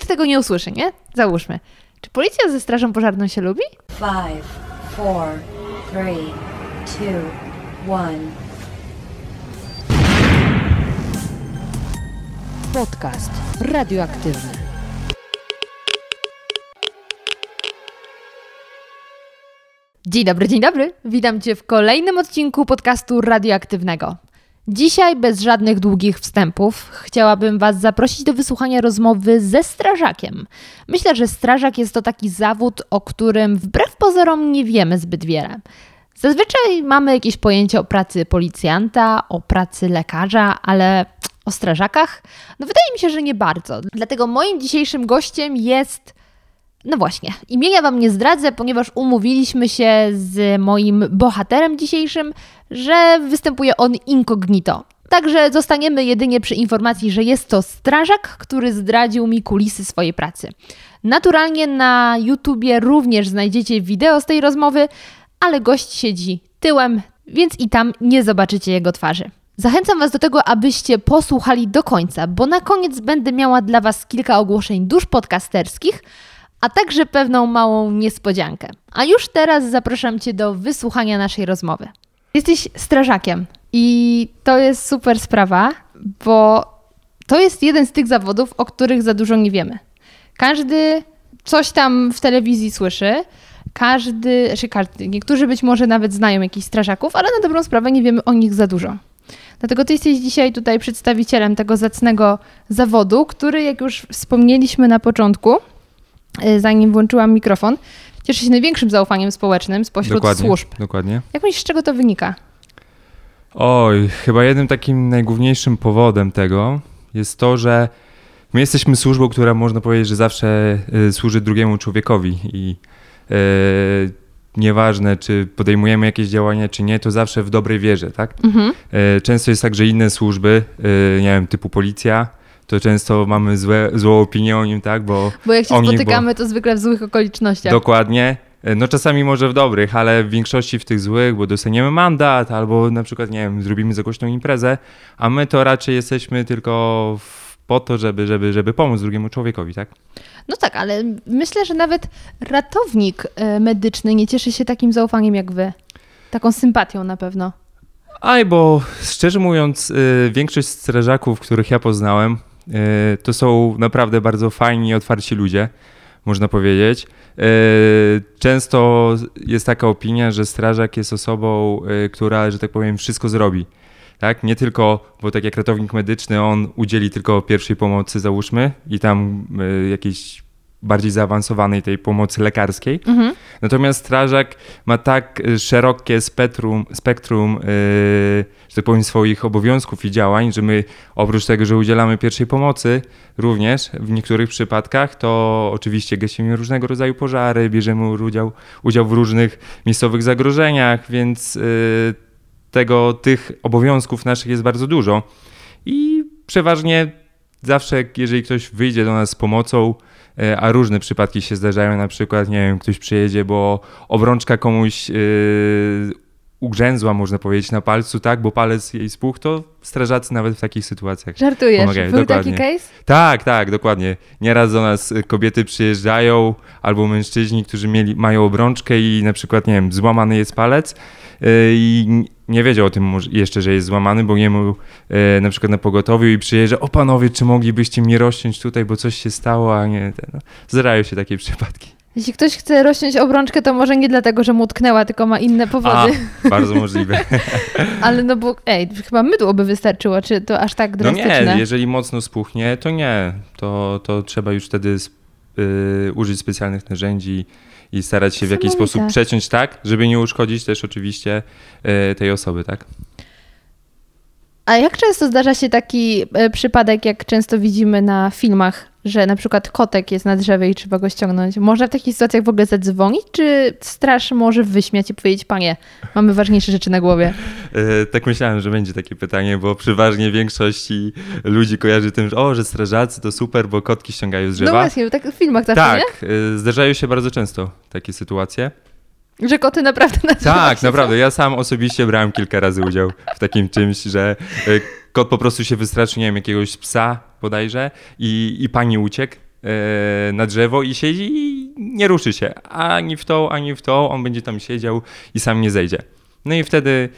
tego nie usłyszy, nie? Załóżmy. Czy policja ze strażą pożarną się lubi? 5, 4, 3, 2, 1. Podcast radioaktywny. Dzień dobry. Witam Cię w kolejnym odcinku podcastu radioaktywnego. Dzisiaj bez żadnych długich wstępów chciałabym Was zaprosić do wysłuchania rozmowy ze strażakiem. Myślę, że strażak jest to taki zawód, o którym wbrew pozorom nie wiemy zbyt wiele. Zazwyczaj mamy jakieś pojęcie o pracy policjanta, o pracy lekarza, ale o strażakach? No wydaje mi się, że nie bardzo. Dlatego moim dzisiejszym gościem jest... No właśnie, imienia Wam nie zdradzę, ponieważ umówiliśmy się z moim bohaterem dzisiejszym, że występuje on incognito. Także zostaniemy jedynie przy informacji, że jest to strażak, który zdradził mi kulisy swojej pracy. Naturalnie na YouTubie również znajdziecie wideo z tej rozmowy, ale gość siedzi tyłem, więc i tam nie zobaczycie jego twarzy. Zachęcam Was do tego, abyście posłuchali do końca, bo na koniec będę miała dla Was kilka ogłoszeń dusz podcasterskich, a także pewną małą niespodziankę. A już teraz zapraszam Cię do wysłuchania naszej rozmowy. Jesteś strażakiem i to jest super sprawa, bo to jest jeden z tych zawodów, o których za dużo nie wiemy. Każdy coś tam w telewizji słyszy, niektórzy być może nawet znają jakichś strażaków, ale na dobrą sprawę nie wiemy o nich za dużo. Dlatego Ty jesteś dzisiaj tutaj przedstawicielem tego zacnego zawodu, który, jak już wspomnieliśmy na początku, zanim włączyłam mikrofon, cieszy się największym zaufaniem społecznym spośród służb. Dokładnie. Jak myślisz, z czego to wynika? Oj, chyba jednym takim najgłówniejszym powodem tego jest to, że my jesteśmy służbą, która można powiedzieć, że zawsze służy drugiemu człowiekowi i nieważne, czy podejmujemy jakieś działania, czy nie, to zawsze w dobrej wierze, tak? Mhm. Często jest tak, że inne służby, nie wiem, typu policja, to często mamy złą opinię o nim, tak? Bo jak się spotykamy, to zwykle w złych okolicznościach. Dokładnie. No czasami może w dobrych, ale w większości w tych złych, bo dostaniemy mandat albo na przykład, nie wiem, zrobimy za głośną imprezę, a my to raczej jesteśmy tylko po to, żeby pomóc drugiemu człowiekowi, tak? No tak, ale myślę, że nawet ratownik medyczny nie cieszy się takim zaufaniem jak wy. Taką sympatią na pewno. Bo szczerze mówiąc, większość strażaków, których ja poznałem, to są naprawdę bardzo fajni i otwarci ludzie, można powiedzieć. Często jest taka opinia, że strażak jest osobą, która, że tak powiem, wszystko zrobi. Tak? Nie tylko, bo tak jak ratownik medyczny, on udzieli tylko pierwszej pomocy, załóżmy, i tam jakiejś bardziej zaawansowanej tej pomocy lekarskiej. Mhm. Natomiast strażak ma tak szerokie spektrum że tak powiem, swoich obowiązków i działań, że my oprócz tego, że udzielamy pierwszej pomocy również w niektórych przypadkach, to oczywiście gasimy różnego rodzaju pożary, bierzemy udział w różnych miejscowych zagrożeniach, więc tych obowiązków naszych jest bardzo dużo. I przeważnie zawsze, jeżeli ktoś wyjdzie do nas z pomocą, a różne przypadki się zdarzają, na przykład, nie wiem, ktoś przyjedzie, bo obrączka komuś ugrzęzła, można powiedzieć, na palcu, tak, bo palec jej spuchł, to strażacy nawet w takich sytuacjach Żartujesz? pomagają. Był taki case? Tak, dokładnie. Nieraz do nas kobiety przyjeżdżają, albo mężczyźni, którzy mają obrączkę i na przykład, nie wiem, złamany jest palec i nie wiedział o tym jeszcze, że jest złamany, bo nie był na przykład na pogotowiu i przyjeżdża: o panowie, czy moglibyście mnie rozciąć tutaj, bo coś się stało, a nie... Zdarzają się takie przypadki. Jeśli ktoś chce rozciąć obrączkę, to może nie dlatego, że mu utknęła, tylko ma inne powody. Bardzo możliwe. Ale no bo, chyba mydło by wystarczyło, czy to aż tak drastyczne? No nie, jeżeli mocno spuchnie, to nie. To trzeba już wtedy użyć specjalnych narzędzi i starać się w jakiś sposób przeciąć tak, żeby nie uszkodzić też oczywiście tej osoby, tak? A jak często zdarza się taki przypadek, jak często widzimy na filmach, że na przykład kotek jest na drzewie i trzeba go ściągnąć? Można w takich sytuacjach w ogóle zadzwonić, czy straż może wyśmiać i powiedzieć: panie, mamy ważniejsze rzeczy na głowie? Tak myślałem, że będzie takie pytanie, bo przeważnie większości ludzi kojarzy tym, że strażacy to super, bo kotki ściągają z drzewa. No właśnie, tak w filmach zawsze, nie? Tak, zdarzają się bardzo często takie sytuacje. Że koty naprawdę na drzewie Tak, naprawdę. Ja sam osobiście brałem kilka razy udział w takim czymś, że kot po prostu się wystraszył, nie wiem, jakiegoś psa bodajże i pani uciekł na drzewo i siedzi i nie ruszy się. Ani w tą, on będzie tam siedział i sam nie zejdzie. No i wtedy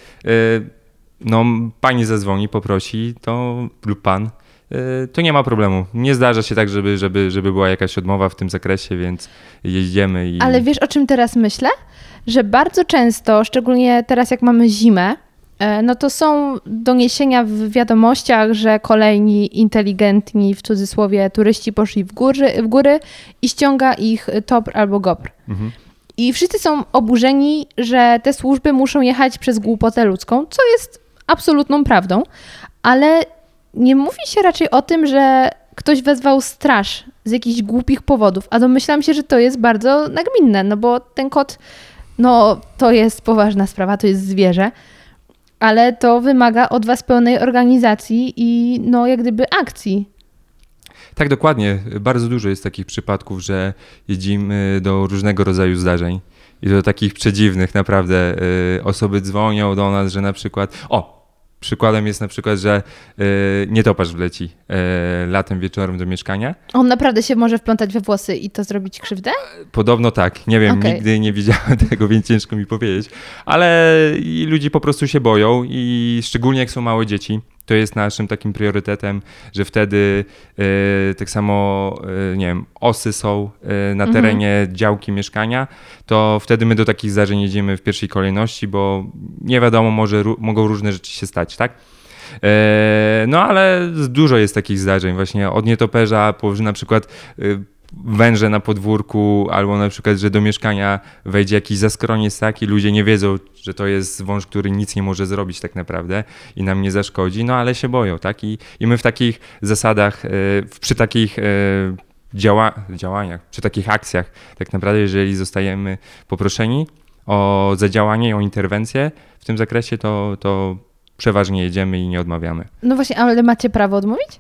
pani zadzwoni, poprosi lub pan, to nie ma problemu. Nie zdarza się tak, żeby była jakaś odmowa w tym zakresie, więc jedziemy. Ale wiesz, o czym teraz myślę? Że bardzo często, szczególnie teraz jak mamy zimę, no to są doniesienia w wiadomościach, że kolejni inteligentni, w cudzysłowie, turyści poszli w góry i ściąga ich TOPR albo GOPR. Mhm. I wszyscy są oburzeni, że te służby muszą jechać przez głupotę ludzką, co jest absolutną prawdą, ale nie mówi się raczej o tym, że ktoś wezwał straż z jakichś głupich powodów, a domyślam się, że to jest bardzo nagminne, no bo ten kot, to jest poważna sprawa, to jest zwierzę, ale to wymaga od was pełnej organizacji i jak gdyby akcji. Tak, dokładnie. Bardzo dużo jest takich przypadków, że jeździmy do różnego rodzaju zdarzeń i do takich przedziwnych naprawdę. Osoby dzwonią do nas, że na przykład... Przykładem jest na przykład, że nietoperz wleci latem wieczorem do mieszkania. On naprawdę się może wplątać we włosy i to zrobić krzywdę? Podobno tak. Nie wiem, Nigdy nie widziałem tego, więc ciężko mi powiedzieć. Ale ludzie po prostu się boją i szczególnie jak są małe dzieci. To jest naszym takim priorytetem, że wtedy tak samo, osy są na terenie działki mieszkania, to wtedy my do takich zdarzeń jedziemy w pierwszej kolejności, bo nie wiadomo, mogą różne rzeczy się stać, tak? Ale dużo jest takich zdarzeń właśnie od nietoperza, że na przykład węże na podwórku, albo na przykład, że do mieszkania wejdzie jakiś zaskroniec, tak, i ludzie nie wiedzą, że to jest wąż, który nic nie może zrobić tak naprawdę i nam nie zaszkodzi, ale się boją, tak, i my w takich zasadach, przy takich działaniach, przy takich akcjach, tak naprawdę, jeżeli zostajemy poproszeni o zadziałanie, o interwencję w tym zakresie, to przeważnie jedziemy i nie odmawiamy. No właśnie, ale macie prawo odmówić?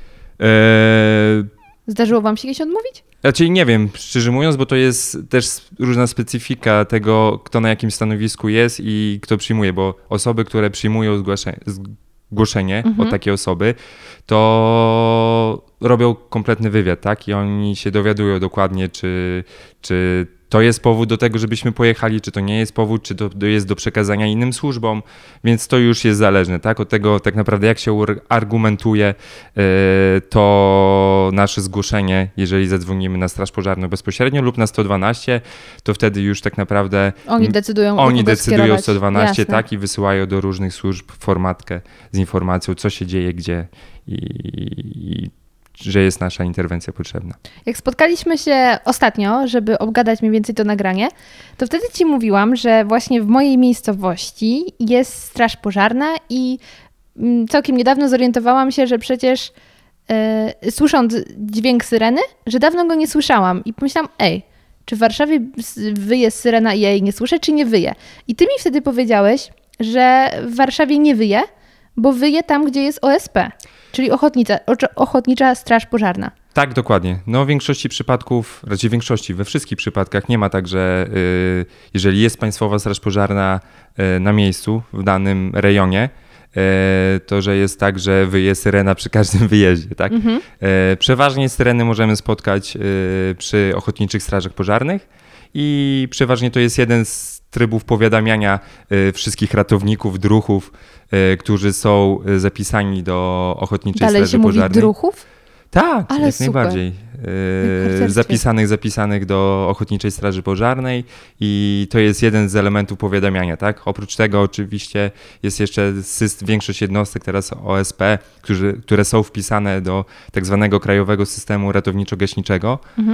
Zdarzyło wam się kiedyś odmówić? Raczej nie wiem, szczerze mówiąc, bo to jest też różna specyfika tego, kto na jakim stanowisku jest i kto przyjmuje, bo osoby, które przyjmują zgłoszenie od takiej osoby, to robią kompletny wywiad, tak? I oni się dowiadują dokładnie, czy to jest powód do tego, żebyśmy pojechali, czy to nie jest powód, czy to jest do przekazania innym służbom, więc to już jest zależne, tak? Od tego tak naprawdę jak się argumentuje to nasze zgłoszenie, jeżeli zadzwonimy na Straż Pożarną bezpośrednio lub na 112, to wtedy już tak naprawdę oni decydują 112, jasne. Tak? I wysyłają do różnych służb formatkę z informacją, co się dzieje, gdzie i że jest nasza interwencja potrzebna. Jak spotkaliśmy się ostatnio, żeby obgadać mniej więcej to nagranie, to wtedy ci mówiłam, że właśnie w mojej miejscowości jest straż pożarna i całkiem niedawno zorientowałam się, że przecież słysząc dźwięk syreny, że dawno go nie słyszałam i pomyślałam, czy w Warszawie wyje syrena i ja jej nie słyszę, czy nie wyje? I ty mi wtedy powiedziałeś, że w Warszawie nie wyje, bo wyje tam, gdzie jest OSP. Czyli Ochotnicza Straż Pożarna. Tak, dokładnie. W większości przypadków, raczej we wszystkich przypadkach nie ma tak, że jeżeli jest Państwowa Straż Pożarna na miejscu w danym rejonie, to że jest tak, że wyje syrena przy każdym wyjeździe, tak? Przeważnie syreny możemy spotkać przy Ochotniczych Strażach Pożarnych i przeważnie to jest jeden z trybów powiadamiania wszystkich ratowników, druhów, którzy są zapisani do Ochotniczej Straży Pożarnej. Dalej się mówi druhów? Tak, ale jak super. Najbardziej. Zapisanych do Ochotniczej Straży Pożarnej i to jest jeden z elementów powiadamiania, tak? Oprócz tego oczywiście jest jeszcze większość jednostek teraz OSP, które są wpisane do tak zwanego Krajowego Systemu Ratowniczo-Gaśniczego.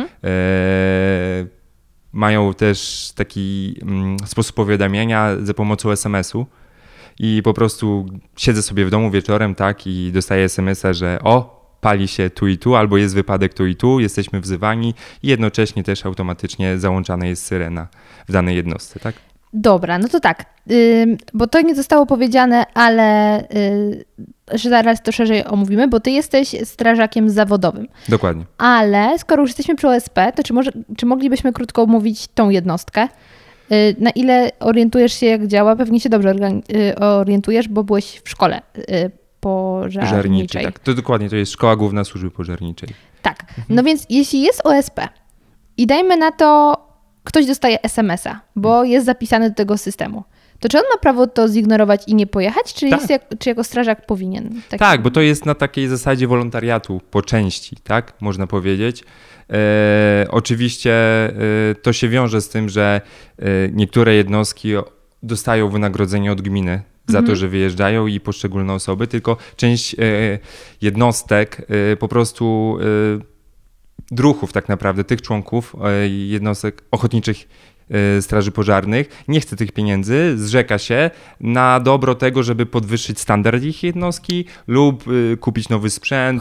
Mają też taki sposób powiadamiania za pomocą SMS-u i po prostu siedzę sobie w domu wieczorem, tak, i dostaję SMS-a, że pali się tu i tu, albo jest wypadek tu i tu, jesteśmy wzywani i jednocześnie też automatycznie załączana jest syrena w danej jednostce, tak? Dobra, no to tak, bo to nie zostało powiedziane, ale że zaraz to szerzej omówimy, bo ty jesteś strażakiem zawodowym. Dokładnie. Ale skoro już jesteśmy przy OSP, to czy moglibyśmy krótko omówić tą jednostkę? Na ile orientujesz się, jak działa? Pewnie się dobrze orientujesz, bo byłeś w szkole pożarniczej. Tak, to dokładnie, to jest Szkoła Główna Służby Pożarniczej. Tak, no więc jeśli jest OSP i dajmy na to, ktoś dostaje SMS-a, bo jest zapisany do tego systemu, to czy on ma prawo to zignorować i nie pojechać, czy, czy jako strażak powinien? Tak, bo to jest na takiej zasadzie wolontariatu po części, tak, można powiedzieć. Oczywiście to się wiąże z tym, że niektóre jednostki dostają wynagrodzenie od gminy za to, że wyjeżdżają i poszczególne osoby, tylko część jednostek po prostu druhów tak naprawdę, tych członków jednostek ochotniczych straży pożarnych nie chce tych pieniędzy, zrzeka się na dobro tego, żeby podwyższyć standard ich jednostki lub kupić nowy sprzęt,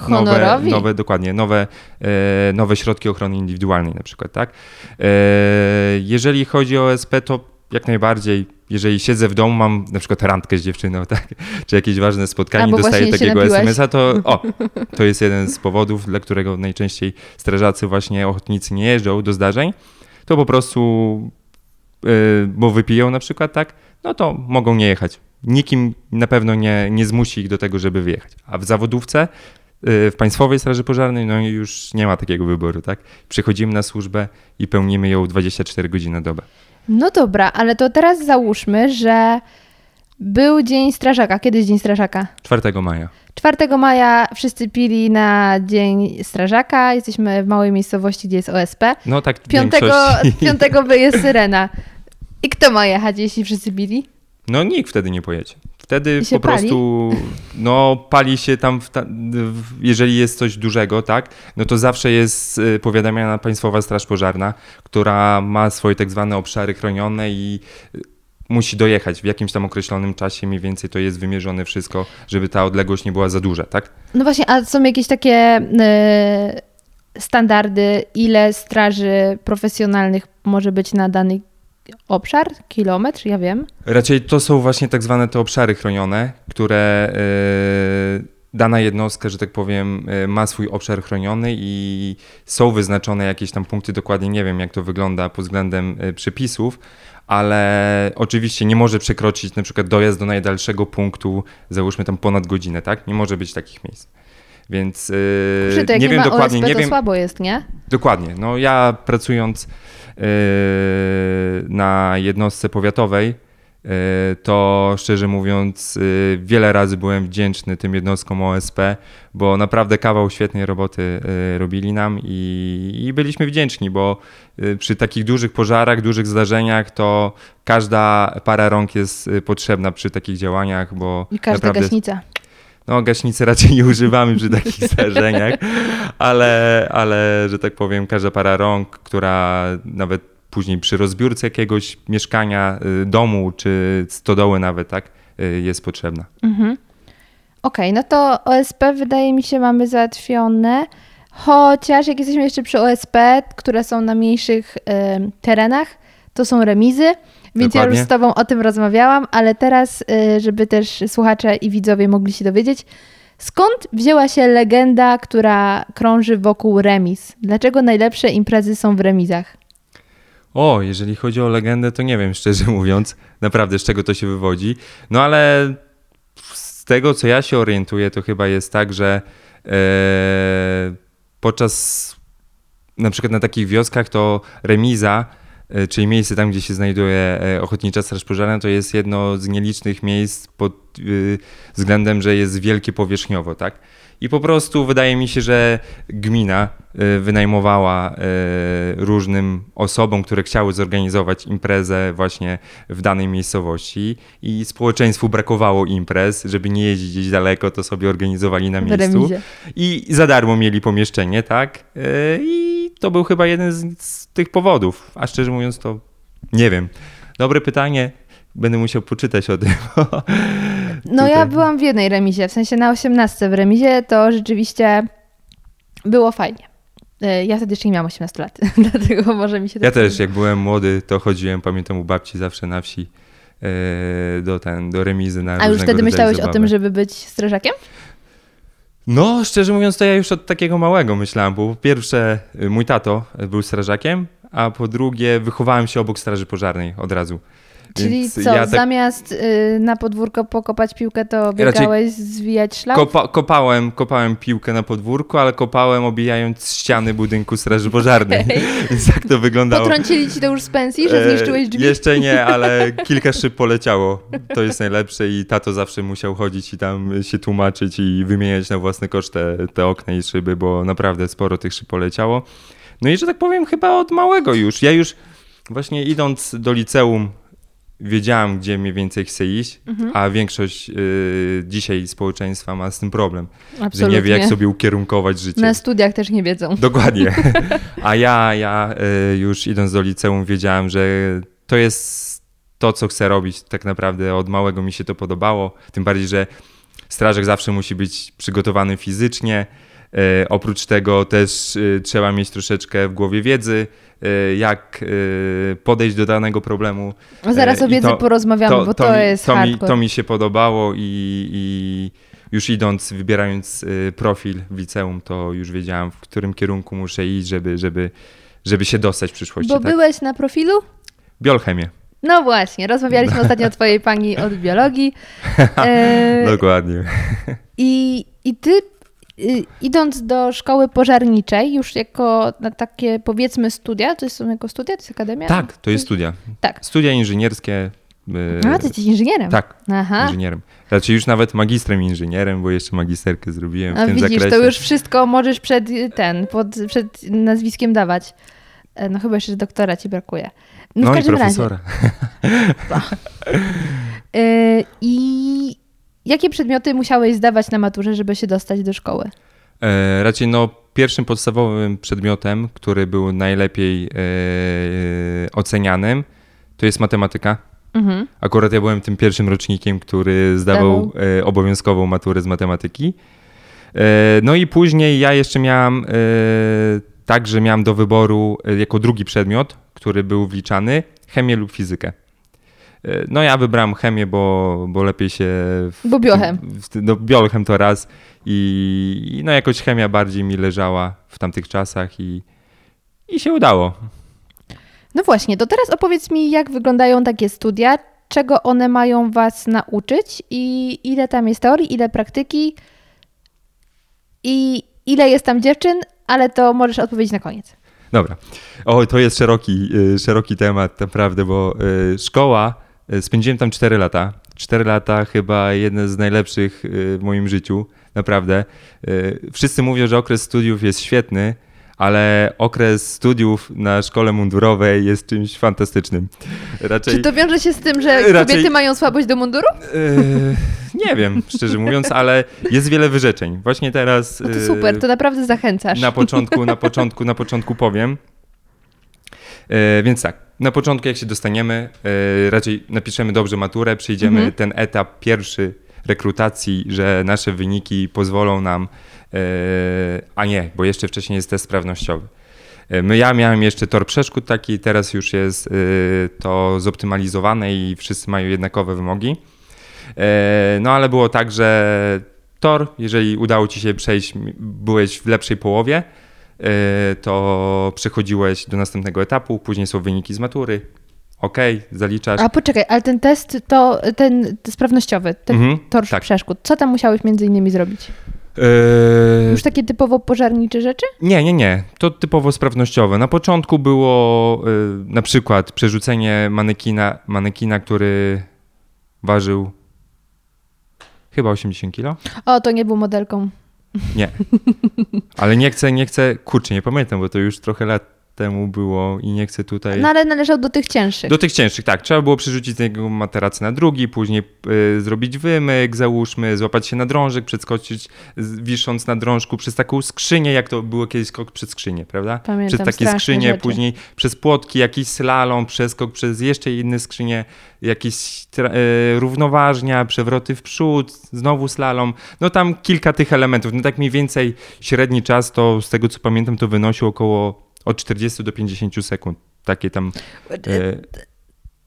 nowe środki ochrony indywidualnej na przykład, tak? Jeżeli chodzi o OSP, to jak najbardziej, jeżeli siedzę w domu, mam na przykład randkę z dziewczyną, tak? Czy jakieś ważne spotkanie, dostaję takiego SMS-a, to jest jeden z powodów, dla którego najczęściej strażacy, właśnie ochotnicy nie jeżdżą do zdarzeń, to po prostu, bo wypiją na przykład, tak? No to mogą nie jechać. Nikim na pewno nie zmusi ich do tego, żeby wyjechać. A w zawodówce, w Państwowej Straży Pożarnej, no już nie ma takiego wyboru, tak? Przychodzimy na służbę i pełnimy ją 24 godziny na dobę. No dobra, ale to teraz załóżmy, że był Dzień Strażaka. Kiedy jest Dzień Strażaka? 4 maja. 4 maja wszyscy pili na Dzień Strażaka. Jesteśmy w małej miejscowości, gdzie jest OSP. No tak, 5 wyje syrena. I kto ma jechać, jeśli wszyscy pili? No nikt wtedy nie pojedzie. Wtedy po prostu pali się tam, jeżeli jest coś dużego, tak, no to zawsze jest powiadamiana Państwowa Straż Pożarna, która ma swoje tak zwane obszary chronione i musi dojechać w jakimś tam określonym czasie, mniej więcej to jest wymierzone wszystko, żeby ta odległość nie była za duża, tak? No właśnie, a są jakieś takie standardy, ile straży profesjonalnych może być na dany obszar, kilometr, ja wiem? Raczej to są właśnie tak zwane te obszary chronione, które dana jednostka, że tak powiem, ma swój obszar chroniony i są wyznaczone jakieś tam punkty, dokładnie nie wiem jak to wygląda pod względem przepisów, ale oczywiście nie może przekroczyć na przykład dojazd do najdalszego punktu, załóżmy tam ponad godzinę, tak? Nie może być takich miejsc. Więc nie wiem dokładnie, OSP, nie wiem. To słabo jest, nie? Dokładnie. No ja pracując na jednostce powiatowej, to szczerze mówiąc wiele razy byłem wdzięczny tym jednostkom OSP, bo naprawdę kawał świetnej roboty robili nam i byliśmy wdzięczni, bo przy takich dużych pożarach, dużych zdarzeniach to każda para rąk jest potrzebna przy takich działaniach, bo i każda gaśnica. No, gaśnicy raczej nie używamy przy takich zdarzeniach, ale, że tak powiem, każda para rąk, która nawet później przy rozbiórce jakiegoś mieszkania, domu czy stodoły nawet, tak, jest potrzebna. Okej, no to OSP wydaje mi się mamy załatwione, chociaż jak jesteśmy jeszcze przy OSP, które są na mniejszych terenach, to są remizy. Więc dokładnie. Ja już z Tobą o tym rozmawiałam, ale teraz, żeby też słuchacze i widzowie mogli się dowiedzieć, skąd wzięła się legenda, która krąży wokół remiz? Dlaczego najlepsze imprezy są w remizach? Jeżeli chodzi o legendę, to nie wiem, szczerze mówiąc, naprawdę z czego to się wywodzi. No ale z tego, co ja się orientuję, to chyba jest tak, że podczas, na przykład na takich wioskach, to remiza, czyli miejsce tam, gdzie się znajduje Ochotnicza Straż Pożarna, to jest jedno z nielicznych miejsc pod względem, że jest wielkie powierzchniowo, tak? I po prostu wydaje mi się, że gmina wynajmowała różnym osobom, które chciały zorganizować imprezę właśnie w danej miejscowości i społeczeństwu brakowało imprez, żeby nie jeździć gdzieś daleko, to sobie organizowali na miejscu i za darmo mieli pomieszczenie, tak? I to był chyba jeden z tych powodów, a szczerze mówiąc to nie wiem. Dobre pytanie. Będę musiał poczytać o tym. No ja byłam w jednej remizie, w sensie na 18 w remizie, to rzeczywiście było fajnie. Ja wtedy jeszcze nie miałam 18 lat, dlatego może mi się... Ja też, jak byłem młody, to chodziłem, pamiętam, u babci zawsze na wsi do remizy na różnego A już wtedy myślałeś zabawy. O tym, żeby być strażakiem? No, szczerze mówiąc, to ja już od takiego małego myślałem, bo po pierwsze mój tato był strażakiem, a po drugie wychowałem się obok Straży Pożarnej od razu. Czyli Więc co, ja tak zamiast na podwórko pokopać piłkę, to biegałeś zwijać szlak? kopałem piłkę na podwórku, ale kopałem obijając ściany budynku Straży Pożarnej. Więc tak to wyglądało. Potrącili ci to już z pensji, że zniszczyłeś drzwi? Jeszcze nie, ale kilka szyb poleciało. To jest najlepsze i tato zawsze musiał chodzić i tam się tłumaczyć i wymieniać na własny koszt te okna i szyby, bo naprawdę sporo tych szyb poleciało. No i że tak powiem chyba od małego już. Ja już właśnie idąc do liceum wiedziałem, gdzie mniej więcej chcę iść, a większość dzisiaj społeczeństwa ma z tym problem. Absolutnie. Że nie wie, jak sobie ukierunkować życie. Na studiach też nie wiedzą. Dokładnie. A ja już idąc do liceum wiedziałem, że to jest to, co chcę robić. Tak naprawdę od małego mi się to podobało. Tym bardziej, że strażak zawsze musi być przygotowany fizycznie. Oprócz tego też trzeba mieć troszeczkę w głowie wiedzy, jak podejść do danego problemu. Zaraz o wiedzy porozmawiamy, bo to jest hardcore. To mi się podobało i już idąc, wybierając profil w liceum, to już wiedziałem, w którym kierunku muszę iść, żeby się dostać w przyszłości. Bo tak? byłeś na profilu? Biochemię. No właśnie, rozmawialiśmy ostatnio o twojej pani od biologii. Dokładnie. I ty idąc do szkoły pożarniczej, już jako na takie powiedzmy studia, to są jako studia, to jest akademia? Tak, to jest studia. Tak. Studia inżynierskie. A, ty jesteś inżynierem? Tak, Aha. inżynierem. Znaczy już nawet magistrem inżynierem, bo jeszcze magisterkę zrobiłem w tym widzisz, zakresie. to już wszystko możesz przed nazwiskiem dawać. No chyba jeszcze, że doktora ci brakuje. No w każdym profesora. I jakie przedmioty musiałeś zdawać na maturze, żeby się dostać do szkoły? Raczej pierwszym podstawowym przedmiotem, który był najlepiej ocenianym, to jest matematyka. Mhm. Akurat ja byłem tym pierwszym rocznikiem, który zdawał obowiązkową maturę z matematyki. No i później ja jeszcze miałem także miałem do wyboru jako drugi przedmiot, który był wliczany, chemię lub fizykę. No ja wybrałem chemię, bo lepiej się... Bo biochem. Biochem to raz i no jakoś chemia bardziej mi leżała w tamtych czasach i się udało. No właśnie, to teraz opowiedz mi, jak wyglądają takie studia, czego one mają was nauczyć i ile tam jest teorii, ile praktyki i ile jest tam dziewczyn, ale to możesz odpowiedzieć na koniec. Dobra. To jest szeroki temat naprawdę, bo szkoła, spędziłem tam 4 lata. 4 lata chyba jedne z najlepszych w moim życiu, naprawdę. Wszyscy mówią, że okres studiów jest świetny, ale okres studiów na szkole mundurowej jest czymś fantastycznym. Czy to wiąże się z tym, że kobiety mają słabość do munduru? Nie wiem, szczerze mówiąc, ale jest wiele wyrzeczeń. Właśnie teraz... No to super, to naprawdę zachęcasz. Na początku powiem. Więc tak, na początku jak się dostaniemy, raczej napiszemy dobrze maturę, przejdziemy ten etap pierwszy rekrutacji, że nasze wyniki pozwolą nam, a nie, bo jeszcze wcześniej jest test sprawnościowy. Ja miałem jeszcze tor przeszkód taki, teraz już jest to zoptymalizowane i wszyscy mają jednakowe wymogi. No ale było tak, że tor, jeżeli udało ci się przejść, byłeś w lepszej połowie, to przechodziłeś do następnego etapu, później są wyniki z matury. Zaliczasz. A poczekaj, ale ten test to ten sprawnościowy, ten tor przeszkód. Co tam musiałeś między innymi zrobić? Już takie typowo pożarnicze rzeczy? Nie. To typowo sprawnościowe. Na początku było na przykład przerzucenie manekina, który ważył chyba 80 kg. To nie był modelką. Nie. Ale nie chcę, kurczę, nie pamiętam, bo to już trochę lat temu było i nie chcę tutaj... No ale należał do tych cięższych. Do tych cięższych, tak. Trzeba było przerzucić z jednego materacy na drugi, później zrobić wymyk, załóżmy, złapać się na drążek, przeskoczyć wisząc na drążku przez taką skrzynię, jak to było kiedyś skok przez skrzynię, prawda? Pamiętam, przez takie skrzynie, rzeczy. Później przez płotki, jakiś slalom, przeskok przez jeszcze inne skrzynie, jakieś równoważnia, przewroty w przód, znowu slalom. No tam kilka tych elementów. No tak mniej więcej średni czas to, z tego co pamiętam, to wynosił około od 40 do 50 sekund. Takie tam...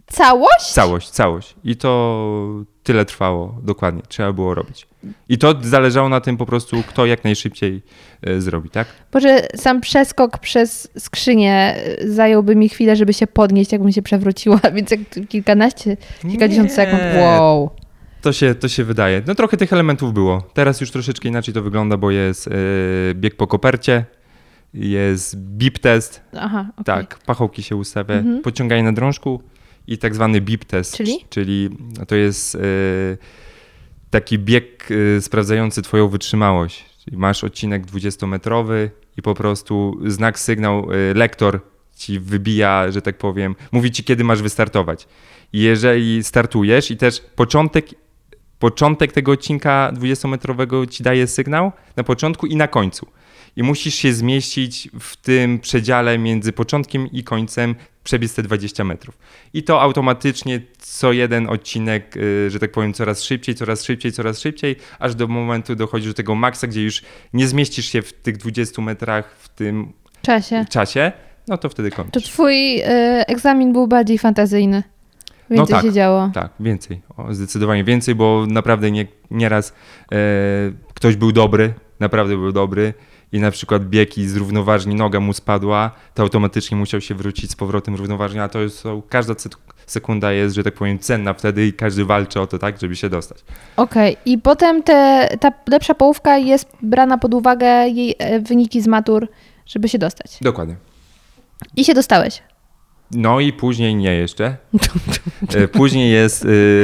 Całość? I to tyle trwało, dokładnie, trzeba było robić. I to zależało na tym po prostu, kto jak najszybciej zrobi, tak? Boże, sam przeskok przez skrzynię zająłby mi chwilę, żeby się podnieść, jakbym się przewróciła, więc jak kilkadziesiąt sekund, wow. To się wydaje. No trochę tych elementów było. Teraz już troszeczkę inaczej to wygląda, bo jest bieg po kopercie, jest bip test, Aha, okay. Tak, pachołki się ustawia, podciąganie na drążku i tak zwany bip test, czyli to jest taki bieg sprawdzający twoją wytrzymałość. Czyli masz odcinek 20-metrowy i po prostu znak, sygnał, lektor ci wybija, że tak powiem, mówi ci, kiedy masz wystartować. I jeżeli startujesz i też początek tego odcinka 20-metrowego ci daje sygnał na początku i na końcu. I musisz się zmieścić w tym przedziale między początkiem i końcem, przebiec te 20 metrów. I to automatycznie co jeden odcinek, że tak powiem, coraz szybciej, aż do momentu dochodzisz do tego maksa, gdzie już nie zmieścisz się w tych 20 metrach w tym czasie, no to wtedy kończysz. To twój egzamin był bardziej fantazyjny. Więcej się działo. Tak, więcej. Zdecydowanie więcej, bo naprawdę nieraz ktoś był dobry, naprawdę był dobry i na przykład bieg i z równoważni noga mu spadła, to automatycznie musiał się wrócić z powrotem równoważnie, a to jest, każda sekunda jest, że tak powiem, cenna wtedy i każdy walczy o to, tak, żeby się dostać. Okej. I potem ta lepsza połówka jest brana pod uwagę, jej wyniki z matur, żeby się dostać. Dokładnie. I się dostałeś. No i później nie jeszcze. Później jest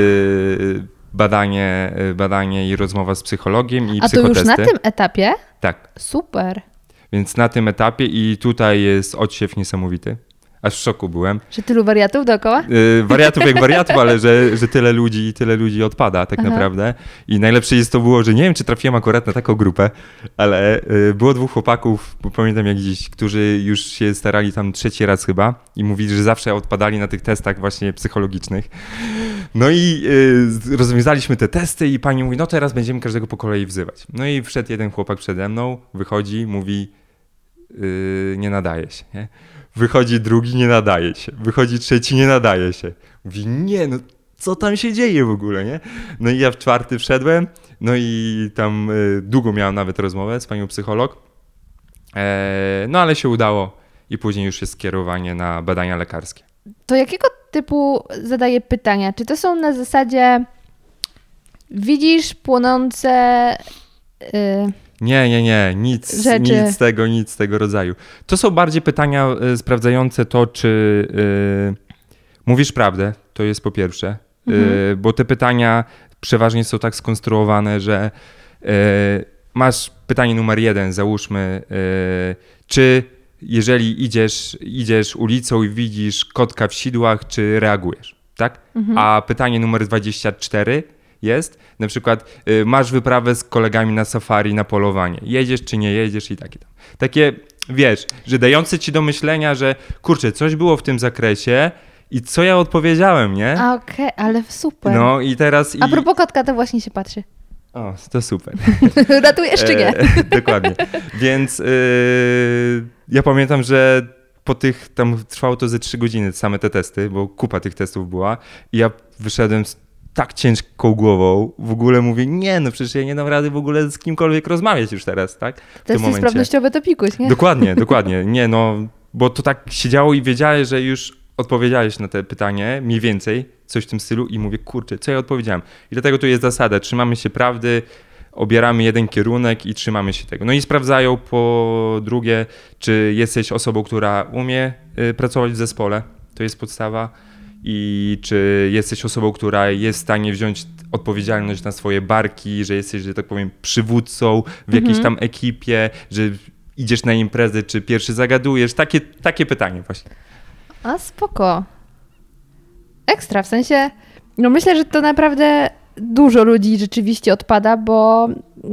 badanie i rozmowa z psychologiem i psychotesty. A to już na tym etapie? Tak. Super. Więc na tym etapie i tutaj jest odsiew niesamowity. Aż w szoku byłem. Że tylu wariatów dookoła? Wariatów jak wariatów, ale że tyle ludzi odpada tak naprawdę. I najlepsze jest to było, że nie wiem, czy trafiłem akurat na taką grupę, ale było 2 chłopaków, bo pamiętam jak dziś, którzy już się starali tam 3. raz chyba i mówili, że zawsze odpadali na tych testach właśnie psychologicznych. No i rozwiązaliśmy te testy i pani mówi, no teraz będziemy każdego po kolei wzywać. No i wszedł jeden chłopak przede mną, wychodzi, mówi, nie nadaje się, nie? Wychodzi drugi, nie nadaje się. Wychodzi trzeci, nie nadaje się. Mówi, nie, no co tam się dzieje w ogóle, nie? No i ja w 4. wszedłem, no i tam długo miałem nawet rozmowę z panią psycholog. No ale się udało i później już jest skierowanie na badania lekarskie. To jakiego typu zadaję pytania? Czy to są na zasadzie widzisz płonące... Nie, nic z tego rodzaju. To są bardziej pytania sprawdzające to, czy mówisz prawdę, to jest po pierwsze, bo te pytania przeważnie są tak skonstruowane, że masz pytanie numer 1, załóżmy, czy jeżeli idziesz ulicą i widzisz kotka w sidłach, czy reagujesz, tak? A pytanie numer 24 jest, na przykład masz wyprawę z kolegami na safari, na polowanie. Jedziesz czy nie jedziesz i takie tam. Takie, wiesz, że dające ci do myślenia, że kurczę, coś było w tym zakresie i co ja odpowiedziałem, nie? Okej, ale super. No i teraz... A propos kotka, to właśnie się patrzy. O, to super. Ratujesz czy nie? Dokładnie. Więc ja pamiętam, że po tych, tam trwało to ze 3 godziny, same te testy, bo kupa tych testów była i ja wyszedłem z tak ciężką głową, w ogóle mówię, nie, no przecież ja nie dam rady w ogóle z kimkolwiek rozmawiać już teraz, tak? Testy sprawnościowe to pikuś, nie? Dokładnie, nie no, bo to tak się działo i wiedziałeś, że już odpowiedziałeś na te pytanie, mniej więcej, coś w tym stylu i mówię, kurczę, co ja odpowiedziałem? I dlatego tu jest zasada, trzymamy się prawdy, obieramy jeden kierunek i trzymamy się tego. No i sprawdzają po drugie, czy jesteś osobą, która umie pracować w zespole, to jest podstawa, i czy jesteś osobą, która jest w stanie wziąć odpowiedzialność na swoje barki, że jesteś, że tak powiem, przywódcą w jakiejś tam ekipie, że idziesz na imprezę, czy pierwszy zagadujesz. Takie pytanie właśnie. A spoko. Ekstra, w sensie, no myślę, że to naprawdę dużo ludzi rzeczywiście odpada, bo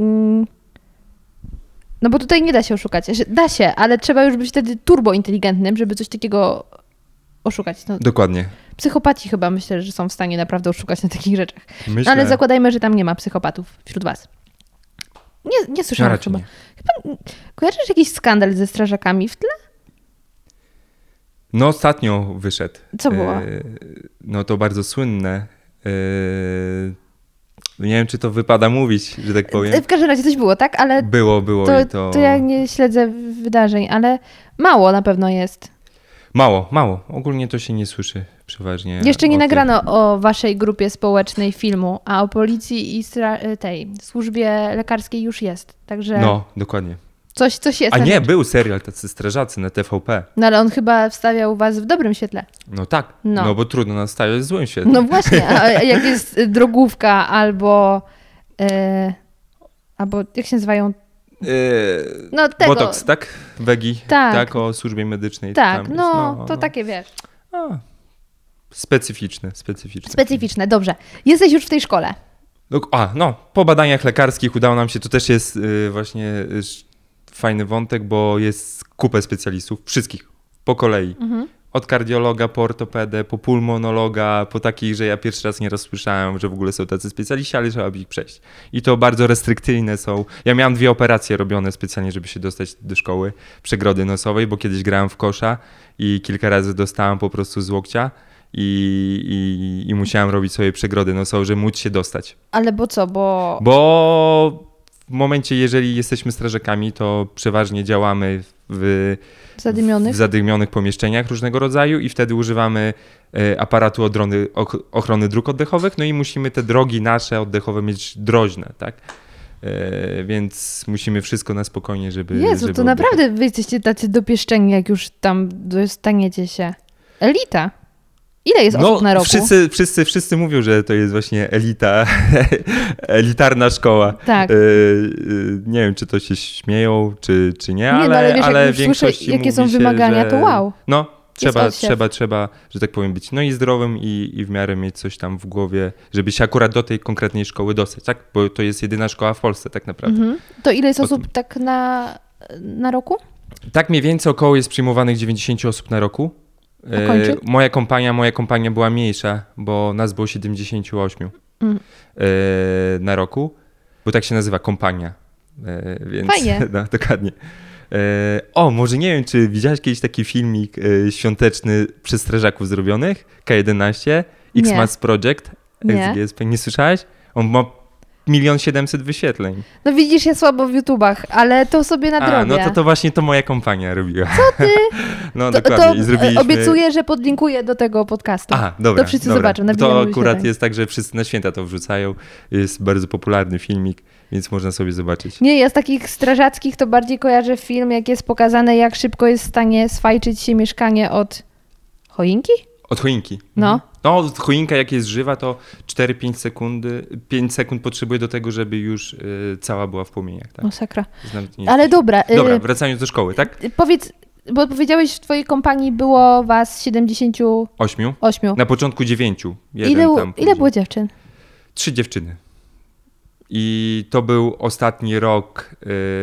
no bo tutaj nie da się oszukać. Da się, ale trzeba już być wtedy turbo inteligentnym, żeby coś takiego oszukać. No, dokładnie. Psychopaci chyba myślę, że są w stanie naprawdę oszukać na takich rzeczach. No, ale zakładajmy, że tam nie ma psychopatów wśród was. Nie słyszałam chyba. Kojarzysz jakiś skandal ze strażakami w tle? No ostatnio wyszedł. Co było? No to bardzo słynne. Nie wiem, czy to wypada mówić, że tak powiem. W każdym razie coś było, tak? Ale Było i to... to ja nie śledzę wydarzeń, ale mało na pewno jest. Mało. Ogólnie to się nie słyszy przeważnie. Jeszcze nie o tym. nagrano o waszej grupie społecznej filmu, a o policji i tej służbie lekarskiej już jest. Także No, dokładnie. coś jest. A na nie, rzecz. był serial Tacy Strażacy na TVP. No ale on chyba wstawiał was w dobrym świetle. No tak, No. no bo trudno nas stawiać w złym świetle. No właśnie, a jak jest drogówka albo jak się nazywają? No tego. Botox, tak? Wegi, Tak. o służbie medycznej. Tak, tam no jest, to takie wiesz. Specyficzne. Specyficzne, dobrze. Jesteś już w tej szkole. No, po badaniach lekarskich udało nam się, to też jest właśnie fajny wątek, bo jest kupę specjalistów, wszystkich, po kolei. Od kardiologa, po ortopedę, po pulmonologa, po takich, że ja pierwszy raz nieraz słyszałem, że w ogóle są tacy specjaliści, ale trzeba by ich przejść. I to bardzo restrykcyjne są. Ja miałem 2 operacje robione specjalnie, żeby się dostać do szkoły, przegrody nosowej, bo kiedyś grałem w kosza i kilka razy dostałem po prostu z łokcia i musiałem robić sobie przegrody nosowe, żeby móc się dostać. Ale bo co? Bo w momencie, jeżeli jesteśmy strażakami, to przeważnie działamy w zadymionych pomieszczeniach różnego rodzaju i wtedy używamy aparatu ochrony dróg oddechowych, no i musimy te drogi nasze oddechowe mieć drożne, tak? Więc musimy wszystko na spokojnie, żeby... Jezu, żeby to naprawdę wy jesteście tacy dopieszczeni, jak już tam dostaniecie się. Elita. Ile jest osób na roku? Wszyscy mówią, że to jest właśnie elita, elitarna szkoła. Tak. Nie wiem, czy to się śmieją, czy nie, ale wiesz, ale jak już słyszę, jakie są mówi się, wymagania, że... to wow. No, Trzeba, że tak powiem, być i zdrowym i w miarę mieć coś tam w głowie, żeby się akurat do tej konkretnej szkoły dostać, tak? Bo to jest jedyna szkoła w Polsce tak naprawdę. To ile jest osób tak na roku? Tak mniej więcej około jest przyjmowanych 90 osób na roku. Moja kompania była mniejsza, bo nas było 78 na roku, bo tak się nazywa kompania. Więc, fajnie. No, dokładnie. Może nie wiem, czy widziałeś kiedyś taki filmik świąteczny przez strażaków zrobionych, K11, X-Mass Project, XGSP, nie słyszałeś? On ma 1 700 000 wyświetleń. No widzisz, ja słabo w YouTubach, ale to sobie nadrobię. No to właśnie to moja kompania robiła. Co ty? No dokładnie. I zrobiliśmy... Obiecuję, że podlinkuję do tego podcastu. Dobra. To wszyscy zobaczą. To akurat jest tak, że wszyscy na święta to wrzucają. Jest bardzo popularny filmik, więc można sobie zobaczyć. Nie, ja z takich strażackich to bardziej kojarzę film, jak jest pokazane, jak szybko jest w stanie swajczyć się mieszkanie od choinki? Od choinki. No. No, choinka jak jest żywa, to 5 sekund potrzebuje do tego, żeby już cała była w płomieniach. Tak? Masakra. Ale dobra. Dobra, wracając do szkoły, tak? Powiedz, bo powiedziałeś, w twojej kompanii było was 78. Na początku 9. Ile było dziewczyn? 3 dziewczyny. I to był ostatni rok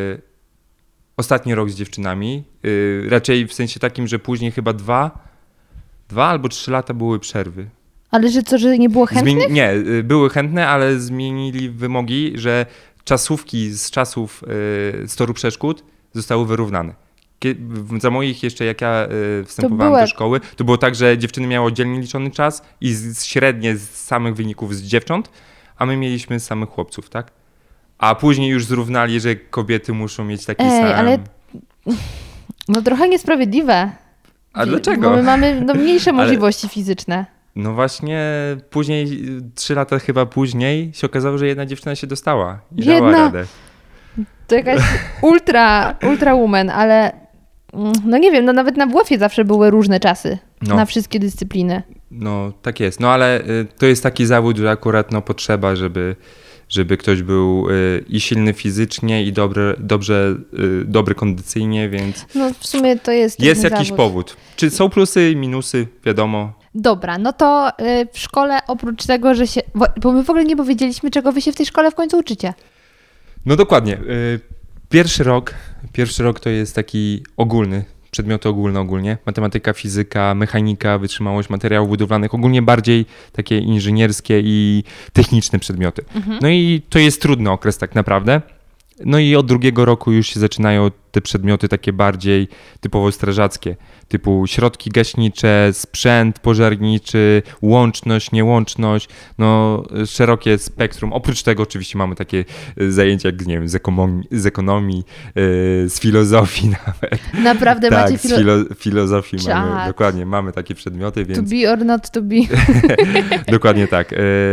z dziewczynami. Raczej w sensie takim, że później chyba 2 albo 3 lata były przerwy. Ale że nie było chętnych? Nie, były chętne, ale zmienili wymogi, że czasówki z czasów z toru przeszkód zostały wyrównane. Za moich jeszcze, jak ja wstępowałem do szkoły, to było tak, że dziewczyny miały oddzielnie liczony czas i średnie z samych wyników z dziewcząt, a my mieliśmy z samych chłopców, tak? A później już zrównali, że kobiety muszą mieć taki sam... ale no trochę niesprawiedliwe. A dlaczego? Bo my mamy mniejsze możliwości fizyczne. No właśnie później, 3 lata chyba później się okazało, że jedna dziewczyna się dostała i dała radę. To jakaś ultra woman, ale no nie wiem, no nawet na WF-ie zawsze były różne czasy na wszystkie dyscypliny. No tak jest, no ale to jest taki zawód, że akurat potrzeba, żeby ktoś był i silny fizycznie i dobry kondycyjnie, więc... No w sumie to jest jakiś zawód. Powód. Czy są plusy i minusy, wiadomo. Dobra, no to w szkole oprócz tego, że się... Bo my w ogóle nie powiedzieliśmy, czego wy się w tej szkole w końcu uczycie. No dokładnie. Pierwszy rok to jest taki ogólny, przedmioty ogólnie. Matematyka, fizyka, mechanika, wytrzymałość materiałów budowlanych. Ogólnie bardziej takie inżynierskie i techniczne przedmioty. No i to jest trudny okres tak naprawdę. No i od drugiego roku już się zaczynają te przedmioty takie bardziej typowo strażackie, typu środki gaśnicze, sprzęt pożarniczy, łączność, niełączność, no szerokie spektrum. Oprócz tego oczywiście mamy takie zajęcia jak, nie wiem, z ekonomii, z filozofii nawet. Naprawdę tak, macie filozofii mamy, dokładnie, mamy takie przedmioty, więc... To be or not to be. Dokładnie tak.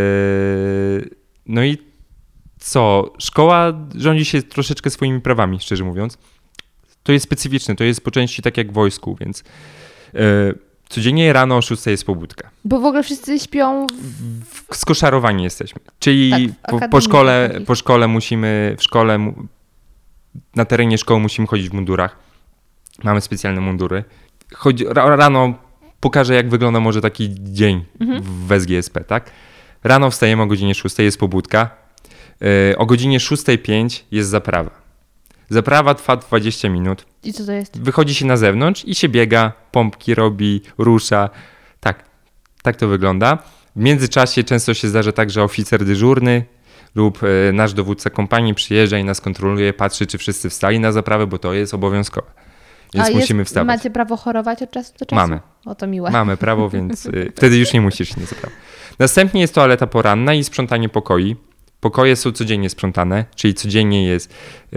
No i co? Szkoła rządzi się troszeczkę swoimi prawami, szczerze mówiąc. To jest specyficzne, to jest po części tak jak w wojsku, więc codziennie rano o 6 jest pobudka. Bo w ogóle wszyscy śpią... Skoszarowani jesteśmy. Czyli tak, po szkole musimy, na terenie szkoły musimy chodzić w mundurach. Mamy specjalne mundury. Rano pokażę, jak wygląda może taki dzień w SGSP, tak? Rano wstajemy o godzinie 6, jest pobudka. O godzinie 6:05 jest zaprawa. Zaprawa trwa 20 minut. I co to jest? Wychodzi się na zewnątrz i się biega, pompki robi, rusza. Tak to wygląda. W międzyczasie często się zdarza tak, że oficer dyżurny lub nasz dowódca kompanii przyjeżdża i nas kontroluje, patrzy, czy wszyscy wstali na zaprawę, bo to jest obowiązkowe. Więc musimy wstawać. Macie prawo chorować od czasu do czasu? Mamy. O, to miłe. Mamy prawo, więc wtedy już nie musisz iść na zaprawę. Następnie jest toaleta poranna i sprzątanie pokoi. Pokoje są codziennie sprzątane, czyli codziennie jest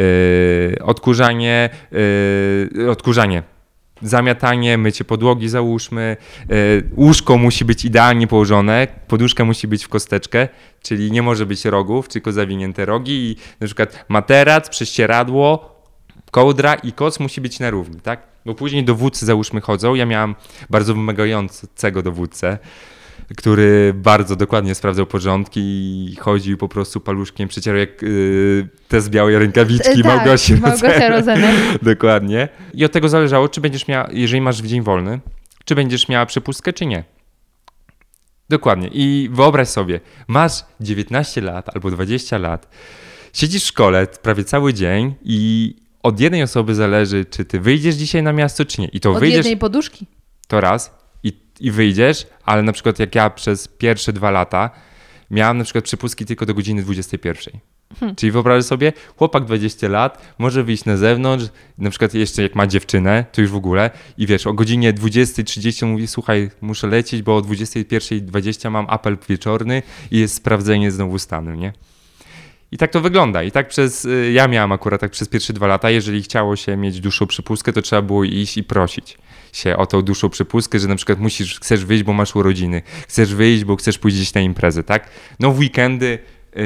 odkurzanie, zamiatanie, mycie podłogi załóżmy, łóżko musi być idealnie położone, poduszka musi być w kosteczkę, czyli nie może być rogów, tylko zawinięte rogi i na przykład materac, prześcieradło, kołdra i koc musi być na równi, tak? Bo później dowódcy załóżmy chodzą, ja miałem bardzo wymagającego dowódcę, który bardzo dokładnie sprawdzał porządki i chodził po prostu paluszkiem, przecierał jak te z białej rękawiczki Małgosi Rozenek. Dokładnie. I od tego zależało, czy będziesz miała, jeżeli masz w dzień wolny, czy będziesz miała przepustkę, czy nie. Dokładnie. I wyobraź sobie, masz 19 lat albo 20 lat, siedzisz w szkole prawie cały dzień i od jednej osoby zależy, czy ty wyjdziesz dzisiaj na miasto, czy nie. I to od jednej poduszki. To raz. I wyjdziesz, ale na przykład jak ja przez pierwsze 2 lata miałem na przykład przepustki tylko do godziny 21. Czyli wyobraź sobie, chłopak 20 lat może wyjść na zewnątrz, na przykład jeszcze jak ma dziewczynę, to już w ogóle i wiesz, o godzinie 20:30 mówi, słuchaj, muszę lecieć, bo o 21:20 mam apel wieczorny i jest sprawdzenie znowu stanu, nie? I tak to wygląda. I tak ja miałem akurat tak przez pierwsze 2 lata, jeżeli chciało się mieć dłuższą przepustkę, to trzeba było iść i prosić się o tą dłuższą przepustkę, że na przykład chcesz wyjść, bo masz urodziny, chcesz wyjść, bo chcesz pójść gdzieś na imprezę, tak? No w weekendy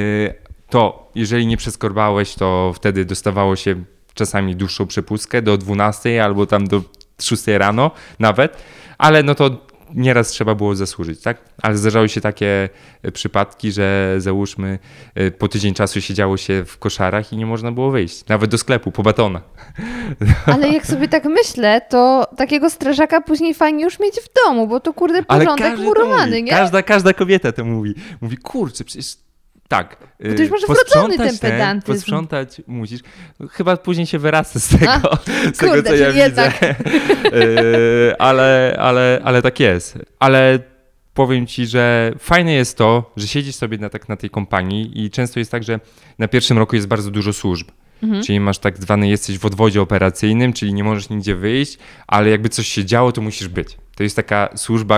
to jeżeli nie przeskorbałeś, to wtedy dostawało się czasami dłuższą przepustkę do 12 albo tam do 6 rano nawet, ale no to nieraz trzeba było zasłużyć, tak? Ale zdarzały się takie przypadki, że załóżmy po tydzień czasu siedziało się w koszarach i nie można było wyjść. Nawet do sklepu, po batona. Ale jak sobie tak myślę, to takiego strażaka później fajnie już mieć w domu, bo to kurde porządek murowany, nie? Każda kobieta to mówi. Mówi, kurczę, przecież tak. Bo ty już masz wrodzony ten pedantyzm. Posprzątać musisz. Chyba później się wyrasta z tego co ja widzę. Ale tak jest. Ale powiem ci, że fajne jest to, że siedzisz sobie na tej kompanii i często jest tak, że na pierwszym roku jest bardzo dużo służb. Czyli masz tak zwany, jesteś w odwodzie operacyjnym, czyli nie możesz nigdzie wyjść, ale jakby coś się działo, to musisz być. To jest taka służba,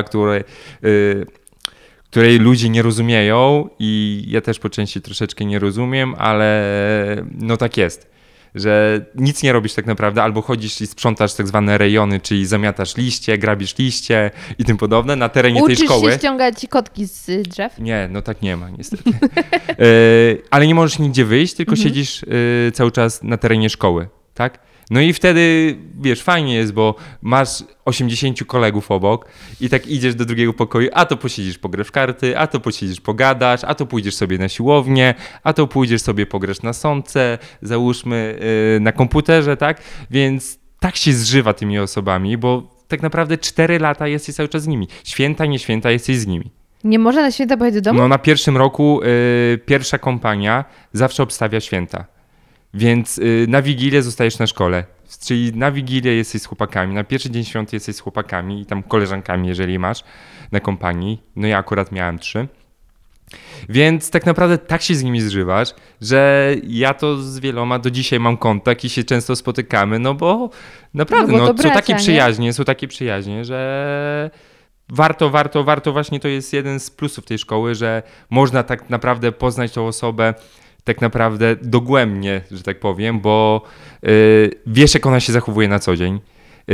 której ludzie nie rozumieją i ja też po części troszeczkę nie rozumiem, ale no tak jest, że nic nie robisz tak naprawdę, albo chodzisz i sprzątasz tak zwane rejony, czyli zamiatasz liście, grabisz liście i tym podobne na terenie tej szkoły. Uczysz się ściągać kotki z drzew? Nie, no tak nie ma niestety. Ale nie możesz nigdzie wyjść, tylko siedzisz cały czas na terenie szkoły, tak? No i wtedy, wiesz, fajnie jest, bo masz 80 kolegów obok i tak idziesz do drugiego pokoju, a to posiedzisz, pograsz w karty, a to posiedzisz, pogadasz, a to pójdziesz sobie na siłownię, a to pójdziesz sobie, pograsz na sące, załóżmy na komputerze, tak? Więc tak się zżywa tymi osobami, bo tak naprawdę 4 lata jesteś cały czas z nimi. Święta, nie święta, jesteś z nimi. Nie można na święta pojechać do domu? No na pierwszym roku pierwsza kompania zawsze obstawia święta. Więc na Wigilię zostajesz na szkole, czyli na Wigilię jesteś z chłopakami, na pierwszy dzień świąt jesteś z chłopakami i tam koleżankami, jeżeli masz na kompanii. No ja akurat miałem 3. Więc tak naprawdę tak się z nimi zżywasz, że ja to z wieloma do dzisiaj mam kontakt i się często spotykamy, no bo naprawdę, No bo to bracia, są takie przyjaźnie, że warto właśnie, to jest jeden z plusów tej szkoły, że można tak naprawdę poznać tą osobę tak naprawdę dogłębnie, że tak powiem, bo wiesz, jak ona się zachowuje na co dzień.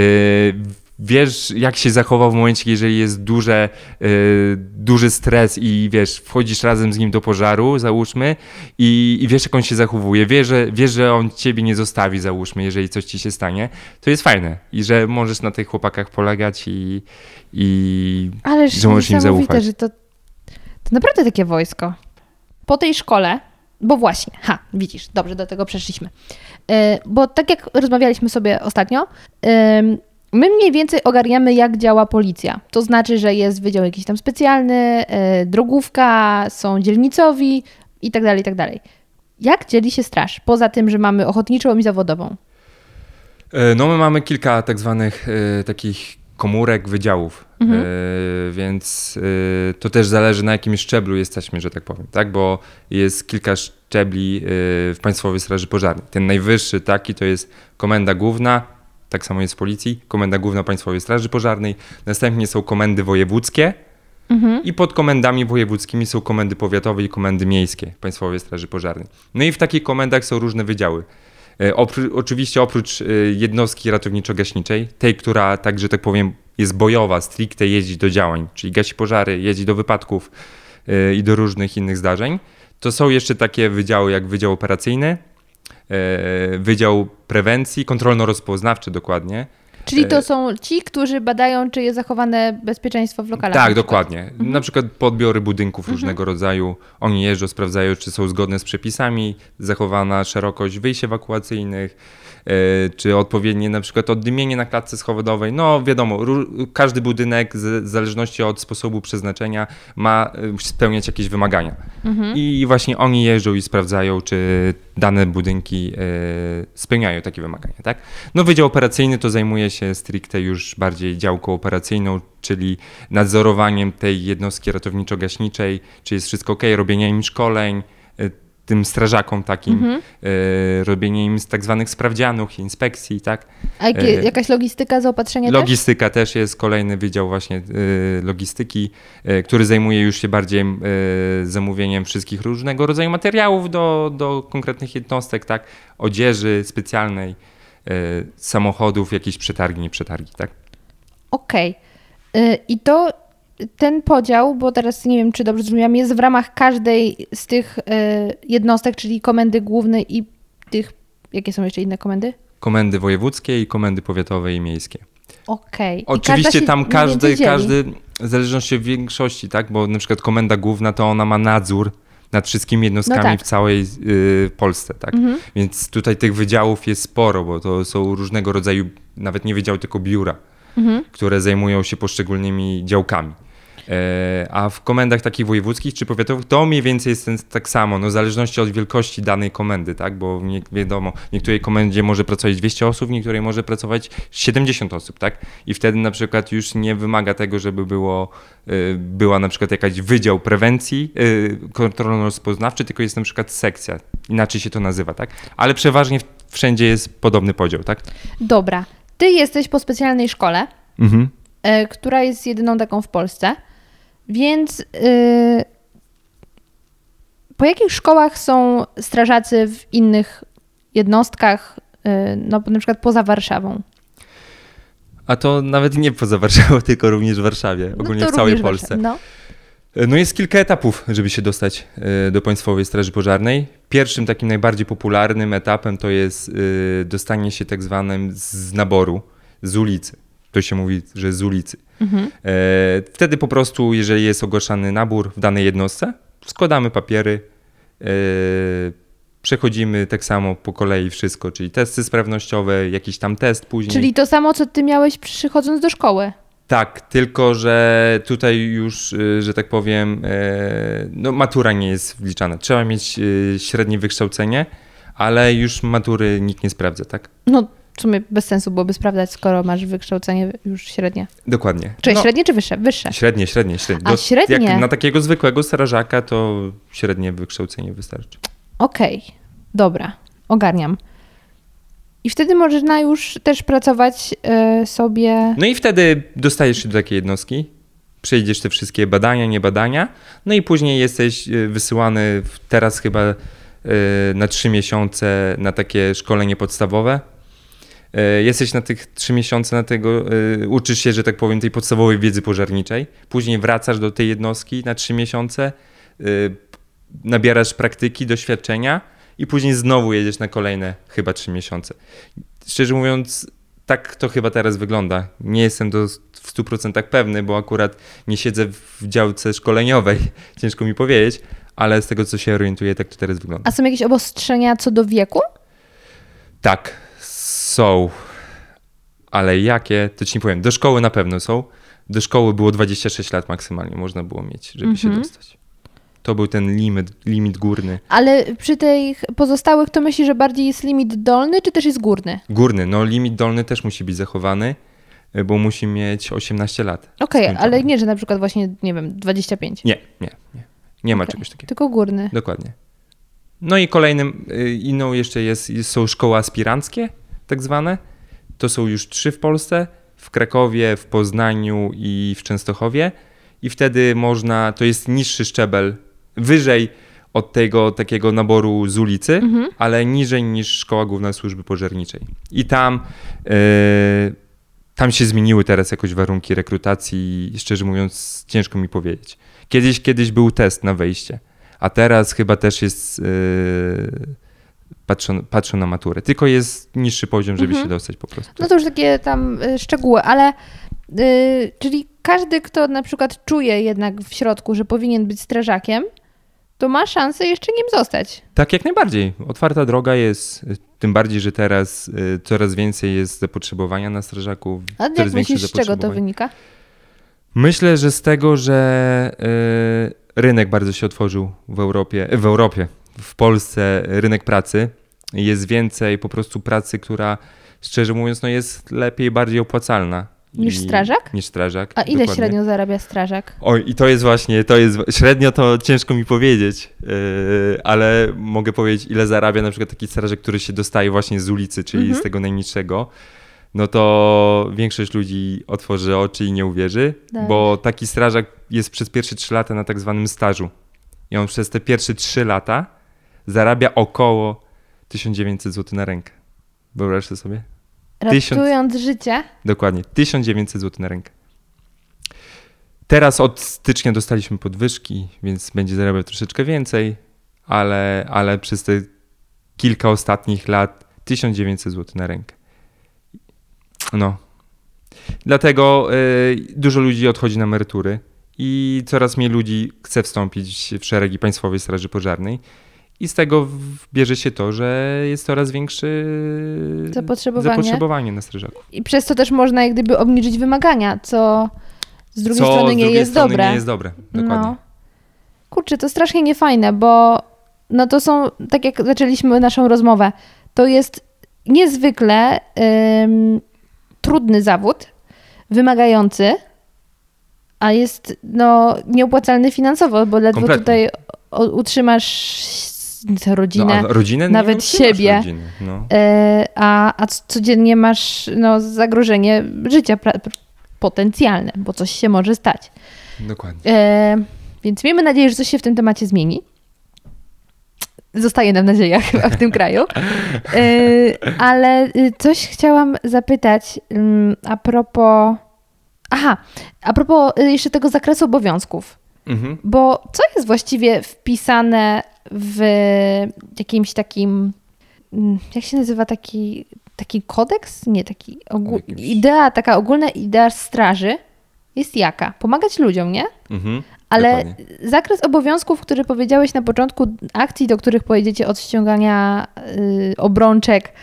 Wiesz, jak się zachował w momencie, jeżeli jest duży stres i wiesz, wchodzisz razem z nim do pożaru, załóżmy, i wiesz, jak on się zachowuje. Wiesz, że on ciebie nie zostawi, załóżmy, jeżeli coś ci się stanie. To jest fajne i że możesz na tych chłopakach polegać i Ależ że możesz im zaufać. Że to naprawdę takie wojsko. Po tej szkole, bo właśnie, widzisz, dobrze, do tego przeszliśmy. Bo tak jak rozmawialiśmy sobie ostatnio, my mniej więcej ogarniamy, jak działa policja. To znaczy, że jest wydział jakiś tam specjalny, drogówka, są dzielnicowi i tak dalej, i tak dalej. Jak dzieli się straż? Poza tym, że mamy ochotniczą i zawodową. No my mamy kilka tak zwanych takich komórek, wydziałów, więc to też zależy, na jakim szczeblu jesteśmy, że tak powiem, tak? Bo jest kilka szczebli w Państwowej Straży Pożarnej. Ten najwyższy taki to jest Komenda Główna, tak samo jest w Policji, Komenda Główna Państwowej Straży Pożarnej, następnie są komendy wojewódzkie i pod komendami wojewódzkimi są komendy powiatowe i komendy miejskie Państwowej Straży Pożarnej. No i w takich komendach są różne wydziały. Oczywiście oprócz jednostki ratowniczo-gaśniczej, tej, która, tak że tak powiem, jest bojowa, stricte jeździ do działań, czyli gasi pożary, jeździ do wypadków i do różnych innych zdarzeń, to są jeszcze takie wydziały jak Wydział Operacyjny, Wydział Prewencji, Kontrolno-Rozpoznawczy dokładnie. Czyli to są ci, którzy badają, czy jest zachowane bezpieczeństwo w lokalach. Tak, dokładnie. Na przykład podbiory budynków różnego rodzaju. Oni jeżdżą, sprawdzają, czy są zgodne z przepisami, zachowana szerokość wyjść ewakuacyjnych, czy odpowiednie na przykład oddymienie na klatce schodowej. No wiadomo, każdy budynek w zależności od sposobu przeznaczenia ma spełniać jakieś wymagania. I właśnie oni jeżdżą i sprawdzają, czy dane budynki spełniają takie wymagania. Tak? No Wydział Operacyjny to zajmuje się stricte już bardziej działką operacyjną, czyli nadzorowaniem tej jednostki ratowniczo-gaśniczej, czy jest wszystko ok, robienia im szkoleń, tym strażakom takim, robienie im tak zwanych sprawdzianów, inspekcji, tak. A jakaś logistyka, zaopatrzenie też? Logistyka też jest kolejny wydział właśnie logistyki, który zajmuje już się bardziej zamówieniem wszystkich różnego rodzaju materiałów do konkretnych jednostek, tak, odzieży specjalnej, samochodów, jakieś przetargi, nie przetargi, tak. Okej. I to ten podział, bo teraz nie wiem, czy dobrze zrozumiałam, jest w ramach każdej z tych jednostek, czyli komendy głównej i tych, jakie są jeszcze inne komendy? Komendy wojewódzkie i komendy powiatowe i miejskie. Okej. Oczywiście tam każdy, w zależności od większości, tak, bo na przykład Komenda Główna to ona ma nadzór nad wszystkimi jednostkami w całej Polsce, tak. Więc tutaj tych wydziałów jest sporo, bo to są różnego rodzaju, nawet nie wydziały, tylko biura, które zajmują się poszczególnymi działkami. A w komendach takich wojewódzkich czy powiatowych to mniej więcej jest tak samo, no w zależności od wielkości danej komendy, tak, bo wiadomo, w niektórej komendzie może pracować 200 osób, w niektórej może pracować 70 osób, tak, i wtedy na przykład już nie wymaga tego, żeby była na przykład jakaś wydział prewencji kontrolno-rozpoznawczy, tylko jest na przykład sekcja, inaczej się to nazywa, tak, ale przeważnie wszędzie jest podobny podział, tak. Dobra, ty jesteś po specjalnej szkole, która jest jedyną taką w Polsce. Więc po jakich szkołach są strażacy w innych jednostkach, no na przykład poza Warszawą? A to nawet nie poza Warszawą, tylko również w Warszawie, ogólnie w całej Polsce. No jest kilka etapów, żeby się dostać do Państwowej Straży Pożarnej. Pierwszym takim najbardziej popularnym etapem to jest dostanie się tak zwanym z naboru, z ulicy. To się mówi, że z ulicy. Wtedy po prostu, jeżeli jest ogłaszany nabór w danej jednostce, składamy papiery, przechodzimy tak samo po kolei wszystko, czyli testy sprawnościowe, jakiś tam test później. Czyli to samo, co ty miałeś przychodząc do szkoły? Tak, tylko że tutaj już, że tak powiem, no matura nie jest wliczana. Trzeba mieć średnie wykształcenie, ale już matury nikt nie sprawdza, tak? No W sumie bez sensu byłoby sprawdzać, skoro masz wykształcenie już średnie. Dokładnie. Czyli średnie czy wyższe? Wyższe. Średnie. A średnie? Jak na takiego zwykłego strażaka to średnie wykształcenie wystarczy. Okej, dobra, ogarniam. I wtedy można już też pracować sobie... No i wtedy dostajesz się do takiej jednostki, przejdziesz te wszystkie badania, nie badania, no i później jesteś wysyłany teraz chyba na 3 miesiące na takie szkolenie podstawowe. Jesteś na tych 3 miesiące uczysz się, że tak powiem, tej podstawowej wiedzy pożarniczej. Później wracasz do tej jednostki na 3 miesiące, nabierasz praktyki, doświadczenia i później znowu jedziesz na kolejne chyba 3 miesiące. Szczerze mówiąc, tak to chyba teraz wygląda. Nie jestem w 100% pewny, bo akurat nie siedzę w działce szkoleniowej, ciężko mi powiedzieć, ale z tego, co się orientuję, tak to teraz wygląda. A są jakieś obostrzenia co do wieku? Tak, są. Ale jakie, to ci nie powiem. Do szkoły na pewno są. Do szkoły było 26 lat maksymalnie można było mieć, żeby się dostać. To był ten limit górny. Ale przy tych pozostałych to myślisz, że bardziej jest limit dolny, czy też jest górny? Górny, no limit dolny też musi być zachowany, bo musi mieć 18 lat. Okej, ale nie, że na przykład właśnie, nie wiem, 25. Nie ma czegoś takiego. Tylko górny. Dokładnie. No i inną jeszcze są szkoły aspiranckie, tak zwane. To są już 3 w Polsce, w Krakowie, w Poznaniu i w Częstochowie. I wtedy to jest niższy szczebel, wyżej od tego takiego naboru z ulicy, ale niżej niż Szkoła Główna Służby Pożarniczej. I tam się zmieniły teraz jakoś warunki rekrutacji, szczerze mówiąc ciężko mi powiedzieć. Kiedyś był test na wejście, a teraz chyba też jest patrzą na maturę. Tylko jest niższy poziom, żeby się dostać po prostu. No to już takie tam szczegóły, ale czyli każdy, kto na przykład czuje jednak w środku, że powinien być strażakiem, to ma szansę jeszcze nim zostać. Tak, jak najbardziej. Otwarta droga jest, tym bardziej, że teraz coraz więcej jest zapotrzebowania na strażaków. A jak myślisz, z czego to wynika? Myślę, że z tego, że rynek bardzo się otworzył w Europie, w Polsce rynek pracy. Jest więcej po prostu pracy, która szczerze mówiąc jest lepiej, bardziej opłacalna. Niż strażak? Niż strażak. A ile dokładnie średnio zarabia strażak? Oj, i to jest średnio to ciężko mi powiedzieć, ale mogę powiedzieć, ile zarabia na przykład taki strażak, który się dostaje właśnie z ulicy, czyli z tego najniższego. No to większość ludzi otworzy oczy i nie uwierzy, bo taki strażak jest przez pierwsze 3 lata na tak zwanym stażu. I on przez te pierwsze 3 lata zarabia około 1900 zł na rękę. Wyobraźcie sobie? Ratując życie? Dokładnie, 1900 zł na rękę. Teraz od stycznia dostaliśmy podwyżki, więc będzie zarabiał troszeczkę więcej, ale przez te kilka ostatnich lat 1900 zł na rękę. No. Dlatego dużo ludzi odchodzi na emerytury i coraz mniej ludzi chce wstąpić w szeregi Państwowej Straży Pożarnej. I z tego bierze się to, że jest coraz większe zapotrzebowanie na strażaków. I przez to też można jak gdyby obniżyć wymagania, co z drugiej strony nie jest dobre. Nie jest dobre, dokładnie. No. Kurczę, to strasznie niefajne, bo to są, tak jak zaczęliśmy naszą rozmowę, to jest niezwykle trudny zawód, wymagający, a jest nieopłacalny finansowo, bo ledwo tutaj utrzymasz rodzinę, rodzinę nawet siebie, rodziny, no. a codziennie masz zagrożenie życia potencjalne, bo coś się może stać. Dokładnie. Więc miejmy nadzieję, że coś się w tym temacie zmieni. Zostaje nam nadzieja chyba w tym kraju. Ale coś chciałam zapytać a propos jeszcze tego zakresu obowiązków. Bo co jest właściwie wpisane w jakimś takim, jak się nazywa taki kodeks? Nie, idea, taka ogólna idea straży jest jaka? Pomagać ludziom, nie? Ale dokładnie. Zakres obowiązków, który powiedziałeś na początku akcji, do których pojedziecie od ściągania obrączek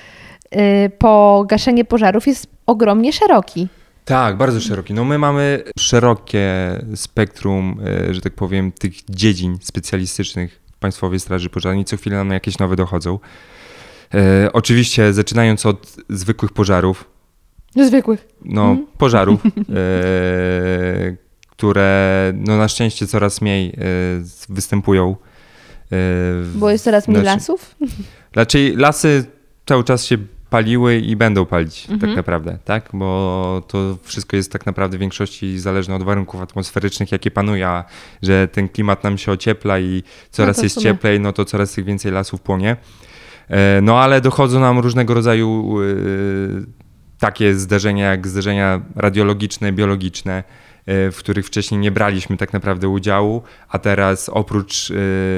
po gaszenie pożarów, jest ogromnie szeroki. Tak, bardzo szeroki. My mamy szerokie spektrum, że tak powiem, tych dziedzin specjalistycznych w Państwowej Straży Pożarnej. Co chwilę nam jakieś nowe dochodzą. Oczywiście zaczynając od zwykłych pożarów. Zwykłych. Pożarów, które na szczęście coraz mniej występują. Bo jest coraz mniej lasów? Raczej lasy cały czas się paliły i będą palić tak naprawdę, tak? Bo to wszystko jest tak naprawdę w większości zależne od warunków atmosferycznych, jakie panuje, a że ten klimat nam się ociepla i coraz jest cieplej, to coraz tych więcej lasów płonie. Ale dochodzą nam różnego rodzaju takie zdarzenia, jak zdarzenia radiologiczne, biologiczne, w których wcześniej nie braliśmy tak naprawdę udziału, a teraz oprócz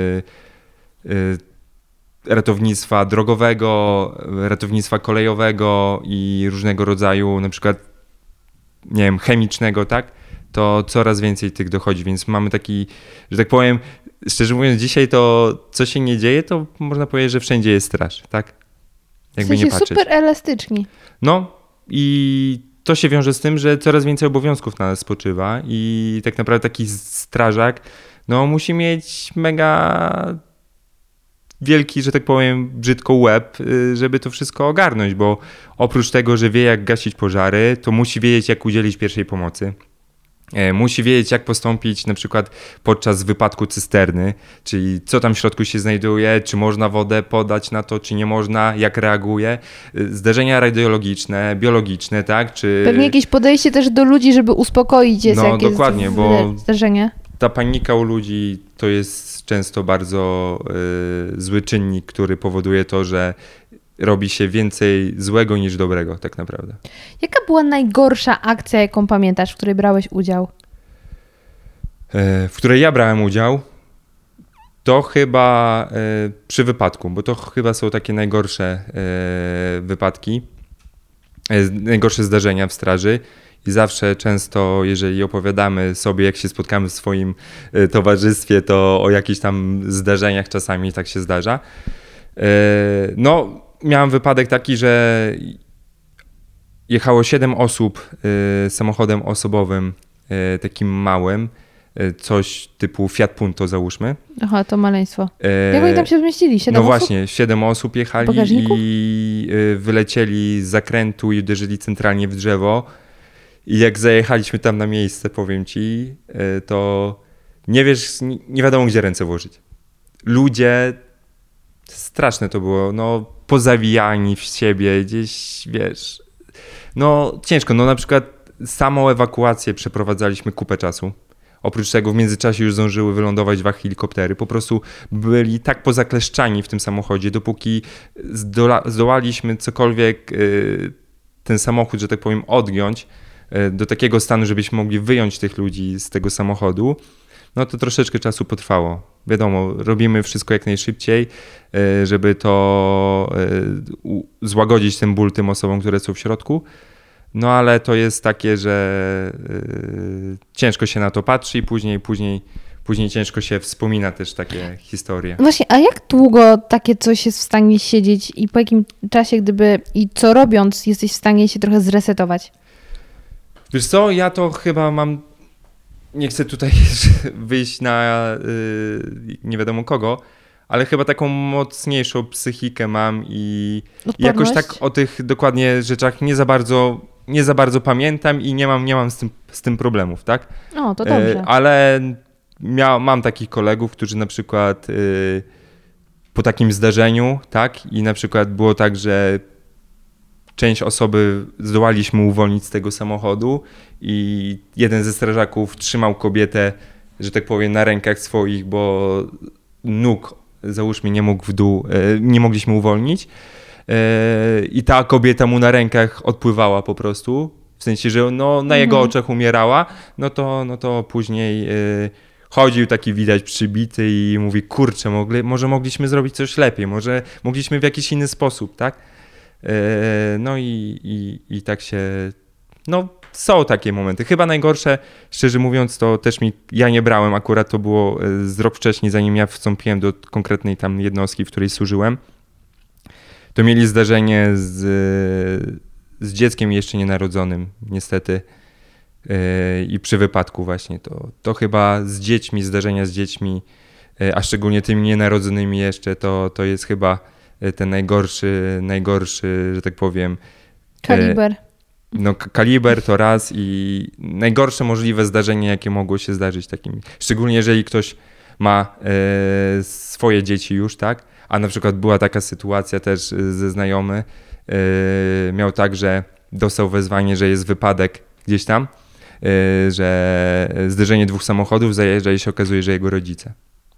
ratownictwa drogowego, ratownictwa kolejowego i różnego rodzaju na przykład, chemicznego, tak? To coraz więcej tych dochodzi, więc mamy taki, że tak powiem, szczerze mówiąc, dzisiaj to co się nie dzieje, to można powiedzieć, że wszędzie jest straż, tak? Jakby nie patrzeć. Super elastyczni. I to się wiąże z tym, że coraz więcej obowiązków na nas spoczywa i tak naprawdę taki strażak, musi mieć mega wielki, że tak powiem, brzydko łeb, żeby to wszystko ogarnąć, bo oprócz tego, że wie jak gasić pożary, to musi wiedzieć jak udzielić pierwszej pomocy. Musi wiedzieć jak postąpić na przykład podczas wypadku cysterny, czyli co tam w środku się znajduje, czy można wodę podać na to, czy nie można, jak reaguje. Zdarzenia radiologiczne, biologiczne, tak? Czy... Pewnie jakieś podejście też do ludzi, żeby uspokoić jest jakieś dokładnie, bo zdarzenie. Ta panika u ludzi to jest często bardzo zły czynnik, który powoduje to, że robi się więcej złego niż dobrego tak naprawdę. Jaka była najgorsza akcja, jaką pamiętasz, w której brałeś udział? W której ja brałem udział, to chyba przy wypadku, bo to chyba są takie najgorsze wypadki, najgorsze zdarzenia w straży. I zawsze często, jeżeli opowiadamy sobie, jak się spotkamy w swoim towarzystwie, to o jakichś tam zdarzeniach czasami tak się zdarza. Miałem wypadek taki, że jechało 7 osób samochodem osobowym, takim małym, coś typu Fiat Punto załóżmy. Aha, to maleństwo. Jak oni tam się zmieścili? 7 osób? Właśnie, 7 osób jechali i wylecieli z zakrętu i uderzyli centralnie w drzewo. I jak zajechaliśmy tam na miejsce, powiem ci, to nie wiadomo gdzie ręce włożyć. Ludzie, straszne to było, pozawijani w siebie, gdzieś, ciężko. Na przykład samą ewakuację przeprowadzaliśmy kupę czasu. Oprócz tego w międzyczasie już zdążyły wylądować 2 helikoptery. Po prostu byli tak pozakleszczani w tym samochodzie, dopóki zdołaliśmy cokolwiek ten samochód, że tak powiem, odgiąć do takiego stanu, żebyśmy mogli wyjąć tych ludzi z tego samochodu, to troszeczkę czasu potrwało. Wiadomo, robimy wszystko jak najszybciej, żeby to złagodzić ten ból tym osobom, które są w środku, ale to jest takie, że ciężko się na to patrzy i później ciężko się wspomina też takie historie. Właśnie, a jak długo takie coś jest w stanie siedzieć i po jakim czasie, i co robiąc, jesteś w stanie się trochę zresetować? Wiesz co, ja to chyba mam, nie chcę tutaj wyjść na nie wiadomo kogo, ale chyba taką mocniejszą psychikę mam i jakoś tak o tych dokładnie rzeczach nie za bardzo pamiętam i nie mam z tym problemów, tak? O, to dobrze. Ale mam takich kolegów, którzy na przykład po takim zdarzeniu, tak? I na przykład było tak, że część osoby zdołaliśmy uwolnić z tego samochodu i jeden ze strażaków trzymał kobietę, że tak powiem, na rękach swoich, bo nóg, załóżmy, nie mógł w dół, nie mogliśmy uwolnić. I ta kobieta mu na rękach odpływała po prostu, w sensie, że na jego oczach umierała, no to później chodził taki widać przybity i mówi, kurczę, może mogliśmy zrobić coś lepiej, może mogliśmy w jakiś inny sposób, tak? I tak się, są takie momenty. Chyba najgorsze, szczerze mówiąc, to też ja nie brałem, akurat to było z rok wcześniej, zanim ja wstąpiłem do konkretnej tam jednostki, w której służyłem. To mieli zdarzenie z dzieckiem jeszcze nienarodzonym, niestety. I przy wypadku właśnie to chyba zdarzenia z dziećmi, a szczególnie tymi nienarodzonymi jeszcze, to jest chyba ten najgorszy, że tak powiem, Kaliber. Kaliber to raz i najgorsze możliwe zdarzenie, jakie mogło się zdarzyć takim. Szczególnie jeżeli ktoś ma swoje dzieci już, tak? A na przykład była taka sytuacja też ze znajomy, miał tak, że dostał wezwanie, że jest wypadek gdzieś tam, że zderzenie 2 samochodów, zajeżdża i się okazuje, że jego rodzice.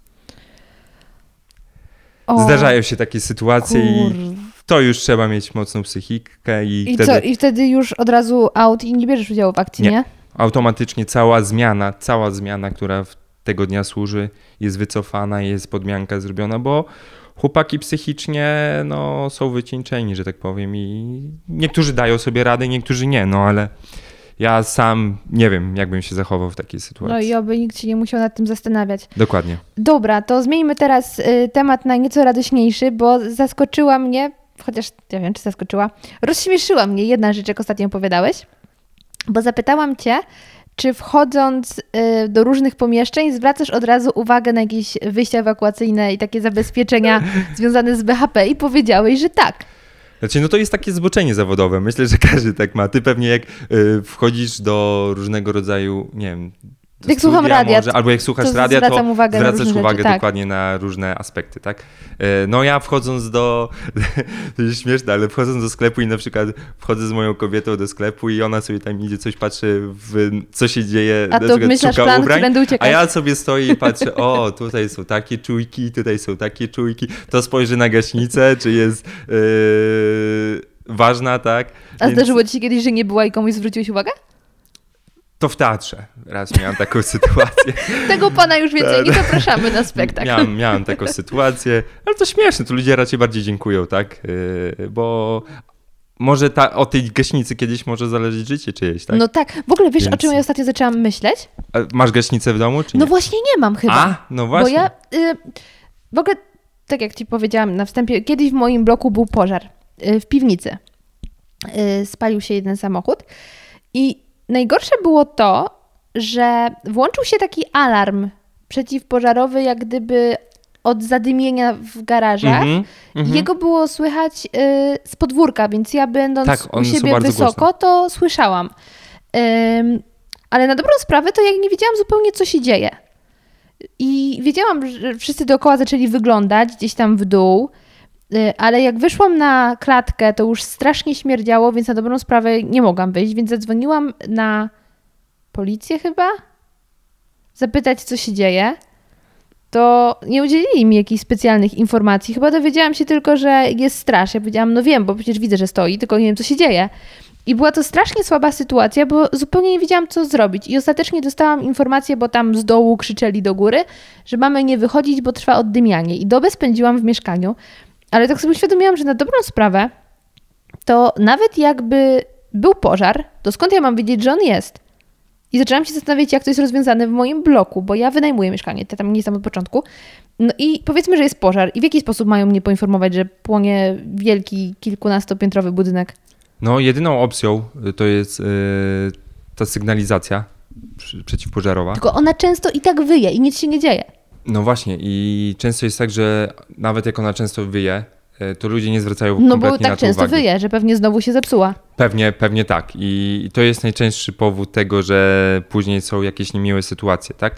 Zdarzają się takie sytuacje i to już trzeba mieć mocną psychikę. I wtedy już od razu out i nie bierzesz udziału w akcji, nie? Automatycznie cała zmiana, która tego dnia służy, jest wycofana, jest podmianka zrobiona, bo chłopaki psychicznie są wycieńczeni, że tak powiem, i niektórzy dają sobie radę, niektórzy nie, ale ja sam nie wiem, jak bym się zachował w takiej sytuacji. No i oby nikt się nie musiał nad tym zastanawiać. Dokładnie. Dobra, to zmieńmy teraz temat na nieco radośniejszy, bo zaskoczyła mnie, chociaż ja wiem, czy zaskoczyła, rozśmieszyła mnie jedna rzecz, jak ostatnio opowiadałeś, bo zapytałam cię, czy wchodząc do różnych pomieszczeń zwracasz od razu uwagę na jakieś wyjścia ewakuacyjne i takie zabezpieczenia związane z BHP i powiedziałeś, że tak. Znaczy, to jest takie zboczenie zawodowe. Myślę, że każdy tak ma. Ty pewnie jak wchodzisz do różnego rodzaju, nie wiem, jak słucham radia, może, albo jak słuchasz radia, to zwracasz uwagę rzeczy, dokładnie na różne aspekty, tak? Ja wchodząc to jest śmieszne, ale wchodząc do sklepu i na przykład wchodzę z moją kobietą do sklepu i ona sobie tam idzie, coś patrzy, co się dzieje, a to myślisz plan, ubrań, będę uciekać. A ja sobie stoję i patrzę, tutaj są takie czujki, tutaj są takie czujki, to spojrzy na gaśnicę, czy jest ważna, tak? A zdarzyło ci się kiedyś, że nie była i komuś zwróciłeś uwagę? To w teatrze raz miałem taką sytuację. Tego pana już więcej nie zapraszamy na spektakl. Miałem taką sytuację, ale to śmieszne, to ludzie raczej bardziej dziękują, tak? Bo może o tej gaśnicy kiedyś może zależeć życie czyjeś, tak? No tak, w ogóle wiesz, o czym ja ostatnio zaczęłam myśleć? A masz gaśnicę w domu, czy nie? No właśnie nie mam chyba. No właśnie. Bo ja w ogóle, tak jak ci powiedziałam na wstępie, kiedyś w moim bloku był pożar w piwnicy. Spalił się jeden samochód i najgorsze było to, że włączył się taki alarm przeciwpożarowy, jak gdyby od zadymienia w garażach. Jego było słychać z podwórka, więc ja będąc u siebie wysoko, to słyszałam. Ale na dobrą sprawę to ja nie wiedziałam zupełnie, co się dzieje. I wiedziałam, że wszyscy dookoła zaczęli wyglądać gdzieś tam w dół, ale jak wyszłam na klatkę, to już strasznie śmierdziało, więc na dobrą sprawę nie mogłam wyjść, więc zadzwoniłam na policję chyba, zapytać, co się dzieje. To nie udzielili mi jakichś specjalnych informacji. Chyba dowiedziałam się tylko, że jest straż. Ja powiedziałam, wiem, bo przecież widzę, że stoi, tylko nie wiem, co się dzieje. I była to strasznie słaba sytuacja, bo zupełnie nie wiedziałam, co zrobić. I ostatecznie dostałam informację, bo tam z dołu krzyczeli do góry, że mamy nie wychodzić, bo trwa oddymianie. I dobę spędziłam w mieszkaniu. Ale tak sobie uświadomiłam, że na dobrą sprawę to nawet jakby był pożar, to skąd ja mam wiedzieć, że on jest? I zaczęłam się zastanawiać, jak to jest rozwiązane w moim bloku, bo ja wynajmuję mieszkanie, ja tam nie jestem od początku. No i powiedzmy, że jest pożar i w jaki sposób mają mnie poinformować, że płonie wielki, kilkunastopiętrowy budynek? Jedyną opcją to jest ta sygnalizacja przeciwpożarowa. Tylko ona często i tak wyje i nic się nie dzieje. No właśnie i często jest tak, że nawet jak ona często wyje, to ludzie nie zwracają kompletnie na to uwagi. No bo tak często wyje, że pewnie znowu się zepsuła. Pewnie tak. I to jest najczęstszy powód tego, że później są jakieś niemiłe sytuacje, tak?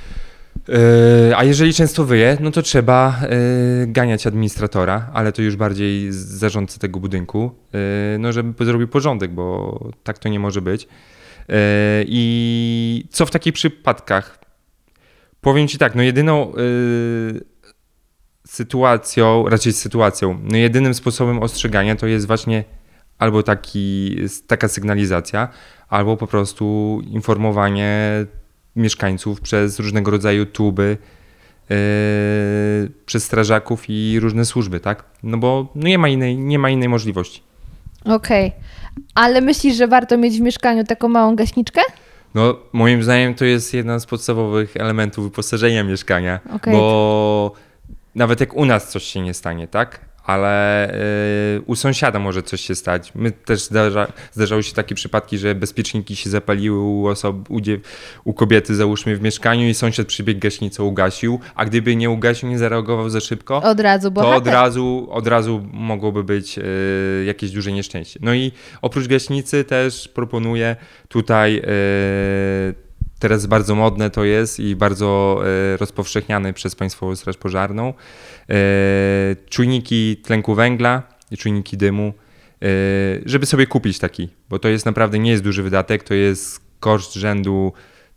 A jeżeli często wyje, no to trzeba ganiać administratora, ale to już bardziej zarządcy tego budynku, żeby zrobił porządek, bo tak to nie może być. I co w takich przypadkach? Powiem ci tak, jedyną sytuacją, jedynym sposobem ostrzegania to jest właśnie albo taka sygnalizacja, albo po prostu informowanie mieszkańców przez różnego rodzaju tuby, przez strażaków i różne służby, tak? Bo nie ma innej możliwości. Okej. Ale myślisz, że warto mieć w mieszkaniu taką małą gaśniczkę? Moim zdaniem to jest jeden z podstawowych elementów wyposażenia mieszkania, bo nawet jak u nas coś się nie stanie, tak? ale u sąsiada może coś się stać. My też zdarzały się takie przypadki, że bezpieczniki się zapaliły u kobiety, załóżmy w mieszkaniu i sąsiad przybiegł, gaśnicę ugasił, a gdyby nie ugasił, nie zareagował za szybko, Od razu bohater. to od razu mogłoby być jakieś duże nieszczęście. No i oprócz gaśnicy też proponuję tutaj teraz bardzo modne to jest i bardzo rozpowszechniane przez Państwową Straż Pożarną. Czujniki tlenku węgla i czujniki dymu, żeby sobie kupić taki, bo to jest naprawdę nie jest duży wydatek, to jest koszt rzędu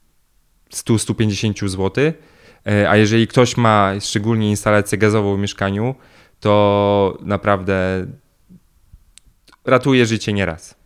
100-150 zł, a jeżeli ktoś ma szczególnie instalację gazową w mieszkaniu, to naprawdę ratuje życie nieraz.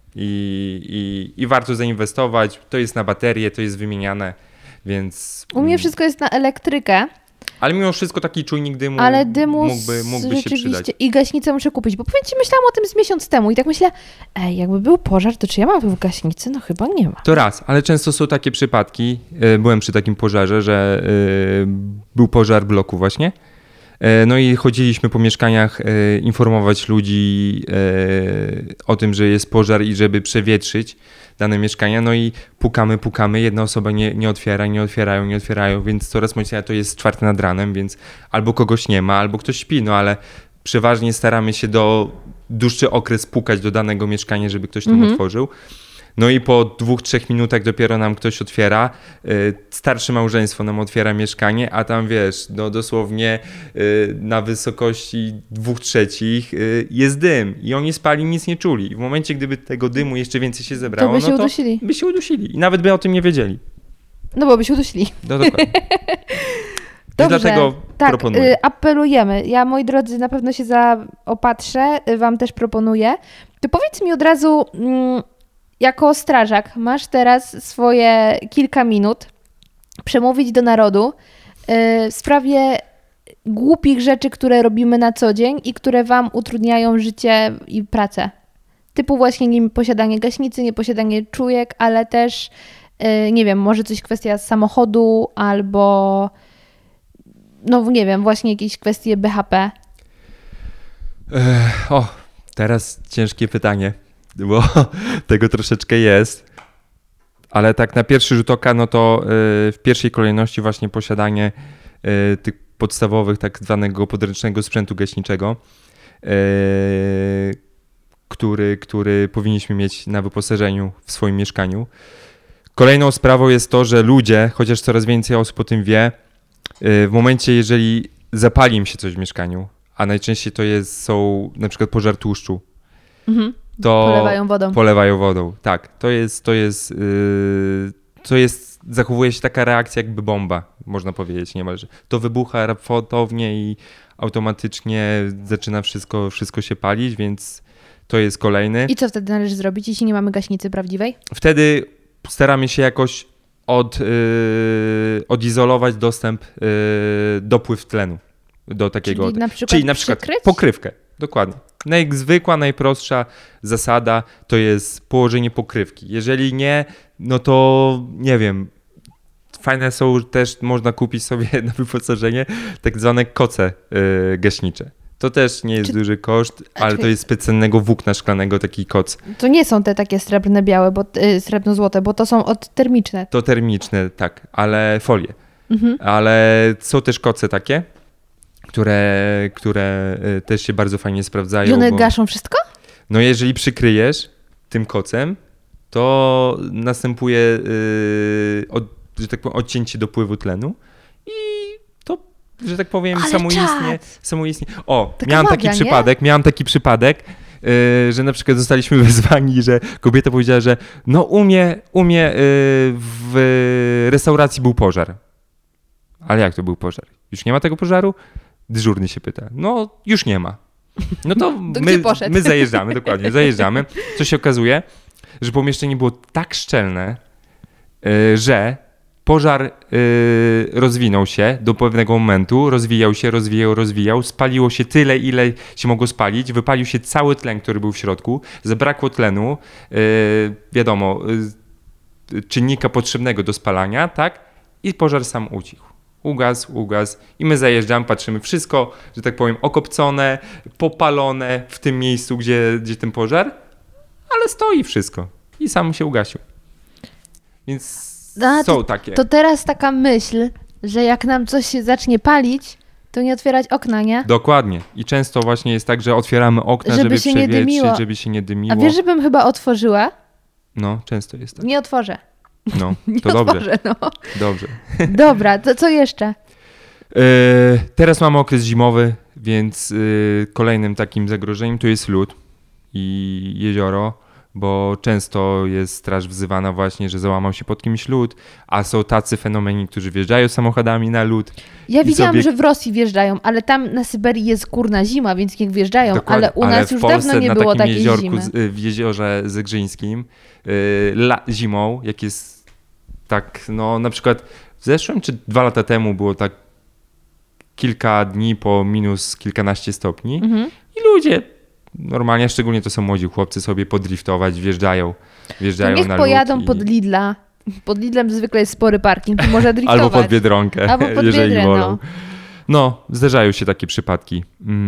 I warto zainwestować, to jest na baterię, to jest wymieniane, więc... U mnie wszystko jest na elektrykę. Ale mimo wszystko taki czujnik dymu, ale dymu mógłby się przydać. I gaśnicę muszę kupić, bo powiem ci, myślałam o tym z miesiąc temu i tak myślę, jakby był pożar, to czy ja mam tu w gaśnicy? No chyba nie ma. To raz, ale często są takie przypadki, byłem przy takim pożarze, że był pożar bloku właśnie, no i chodziliśmy po mieszkaniach informować ludzi o tym, że jest pożar i żeby przewietrzyć dane mieszkania, no i pukamy, jedna osoba nie otwierają, więc coraz mocniej to jest 4 nad ranem, więc albo kogoś nie ma, albo ktoś śpi, no ale przeważnie staramy się dłuższy okres pukać do danego mieszkania, żeby ktoś tam otworzył. No i po 2-3 minutach dopiero nam ktoś otwiera, starsze małżeństwo nam otwiera mieszkanie, a tam wiesz, no dosłownie na wysokości 2/3 jest dym i oni spali, nic nie czuli. I w momencie, gdyby tego dymu jeszcze więcej się zebrało, to by się udusili i nawet by o tym nie wiedzieli. No bo by się udusili. No dokładnie. Dobrze, dlatego tak, proponuję. Apelujemy. Ja, moi drodzy, na pewno się zaopatrzę, wam też proponuję. To powiedz mi od razu... Jako strażak masz teraz swoje kilka minut przemówić do narodu w sprawie głupich rzeczy, które robimy na co dzień i które wam utrudniają życie i pracę. Typu właśnie nieposiadanie gaśnicy, nieposiadanie czujek, ale też, nie wiem, może coś kwestia samochodu albo, no nie wiem, właśnie jakieś kwestie BHP. Teraz ciężkie pytanie. Bo tego troszeczkę jest, ale tak na pierwszy rzut oka, no to w pierwszej kolejności właśnie posiadanie tych podstawowych tak zwanego podręcznego sprzętu gaśniczego, który powinniśmy mieć na wyposażeniu w swoim mieszkaniu. Kolejną sprawą jest to, że ludzie, chociaż coraz więcej osób o tym wie, w momencie, jeżeli zapali im się coś w mieszkaniu, a najczęściej są na przykład pożar tłuszczu, to polewają wodą. Tak, zachowuje się taka reakcja jakby bomba, można powiedzieć niemalże. To wybucha raptownie i automatycznie zaczyna wszystko się palić, więc to jest kolejny. I co wtedy należy zrobić, jeśli nie mamy gaśnicy prawdziwej? Wtedy staramy się jakoś odizolować dostęp, dopływ tlenu do takiego. Czyli na przykład pokrywkę, dokładnie. Zwykła, najprostsza zasada to jest położenie pokrywki. Jeżeli nie, no to nie wiem, fajne są też, można kupić sobie na wyposażenie tak zwane koce gaśnicze. To też nie jest duży koszt, ale to jest specjalnego włókna szklanego taki koc. To nie są te takie srebrne-białe, srebrno-złote, bo to są odtermiczne. To termiczne, tak, ale folie. Ale są też koce takie, które też się bardzo fajnie sprawdzają. I one gaszą wszystko? No jeżeli przykryjesz tym kocem, to następuje że tak powiem, odcięcie dopływu tlenu i to, że tak powiem, samoistnie. Miałam taki przypadek, że na przykład zostaliśmy wezwani, że kobieta powiedziała, że no u mnie w restauracji był pożar. Ale jak to był pożar? Już nie ma tego pożaru? Dyżurny się pyta. No, już nie ma. No to my zajeżdżamy, dokładnie, zajeżdżamy. Co się okazuje, że pomieszczenie było tak szczelne, że pożar rozwinął się do pewnego momentu, rozwijał, spaliło się tyle, ile się mogło spalić, wypalił się cały tlen, który był w środku, zabrakło tlenu, czynnika potrzebnego do spalania, tak? I pożar sam ucichł. ugasł i my zajeżdżamy, patrzymy, wszystko, że tak powiem, okopcone, popalone w tym miejscu, gdzie ten pożar, ale stoi wszystko i sam się ugasił. Więc są takie. To teraz taka myśl, że jak nam coś się zacznie palić, to nie otwierać okna, nie? Dokładnie. I często właśnie jest tak, że otwieramy okna, żeby się nie dymiło. przewietrzyć, żeby się nie dymiło. A wiesz, żebym chyba otworzyła? No, często jest tak. Nie otworzę. No, Nie to dobrze. otworzę, no. Dobrze. Dobra, to co jeszcze? Teraz mamy okres zimowy, więc kolejnym takim zagrożeniem to jest lód i jezioro, bo często jest straż wzywana właśnie, że załamał się pod kimś lód, a są tacy fenomeni, którzy wjeżdżają samochodami na lód. Ja widziałam, że w Rosji wjeżdżają, ale tam na Syberii jest górna zima, więc niech wjeżdżają, Dokładnie, ale u nas już dawno nie było takiej zimy. W jeziorze Zegrzyńskim zimą, jak jest tak, no na przykład w zeszłym czy 2 lata temu było tak kilka dni po minus kilkanaście stopni i ludzie normalnie, szczególnie to są młodzi chłopcy, sobie podriftować, wjeżdżają to niech niech na pojadą lód pod Lidla. Pod Lidlem zwykle jest spory parking i można driftować. Albo pod Biedronkę, Albo pod jeżeli Biedrę, wolą. No, zdarzają się takie przypadki.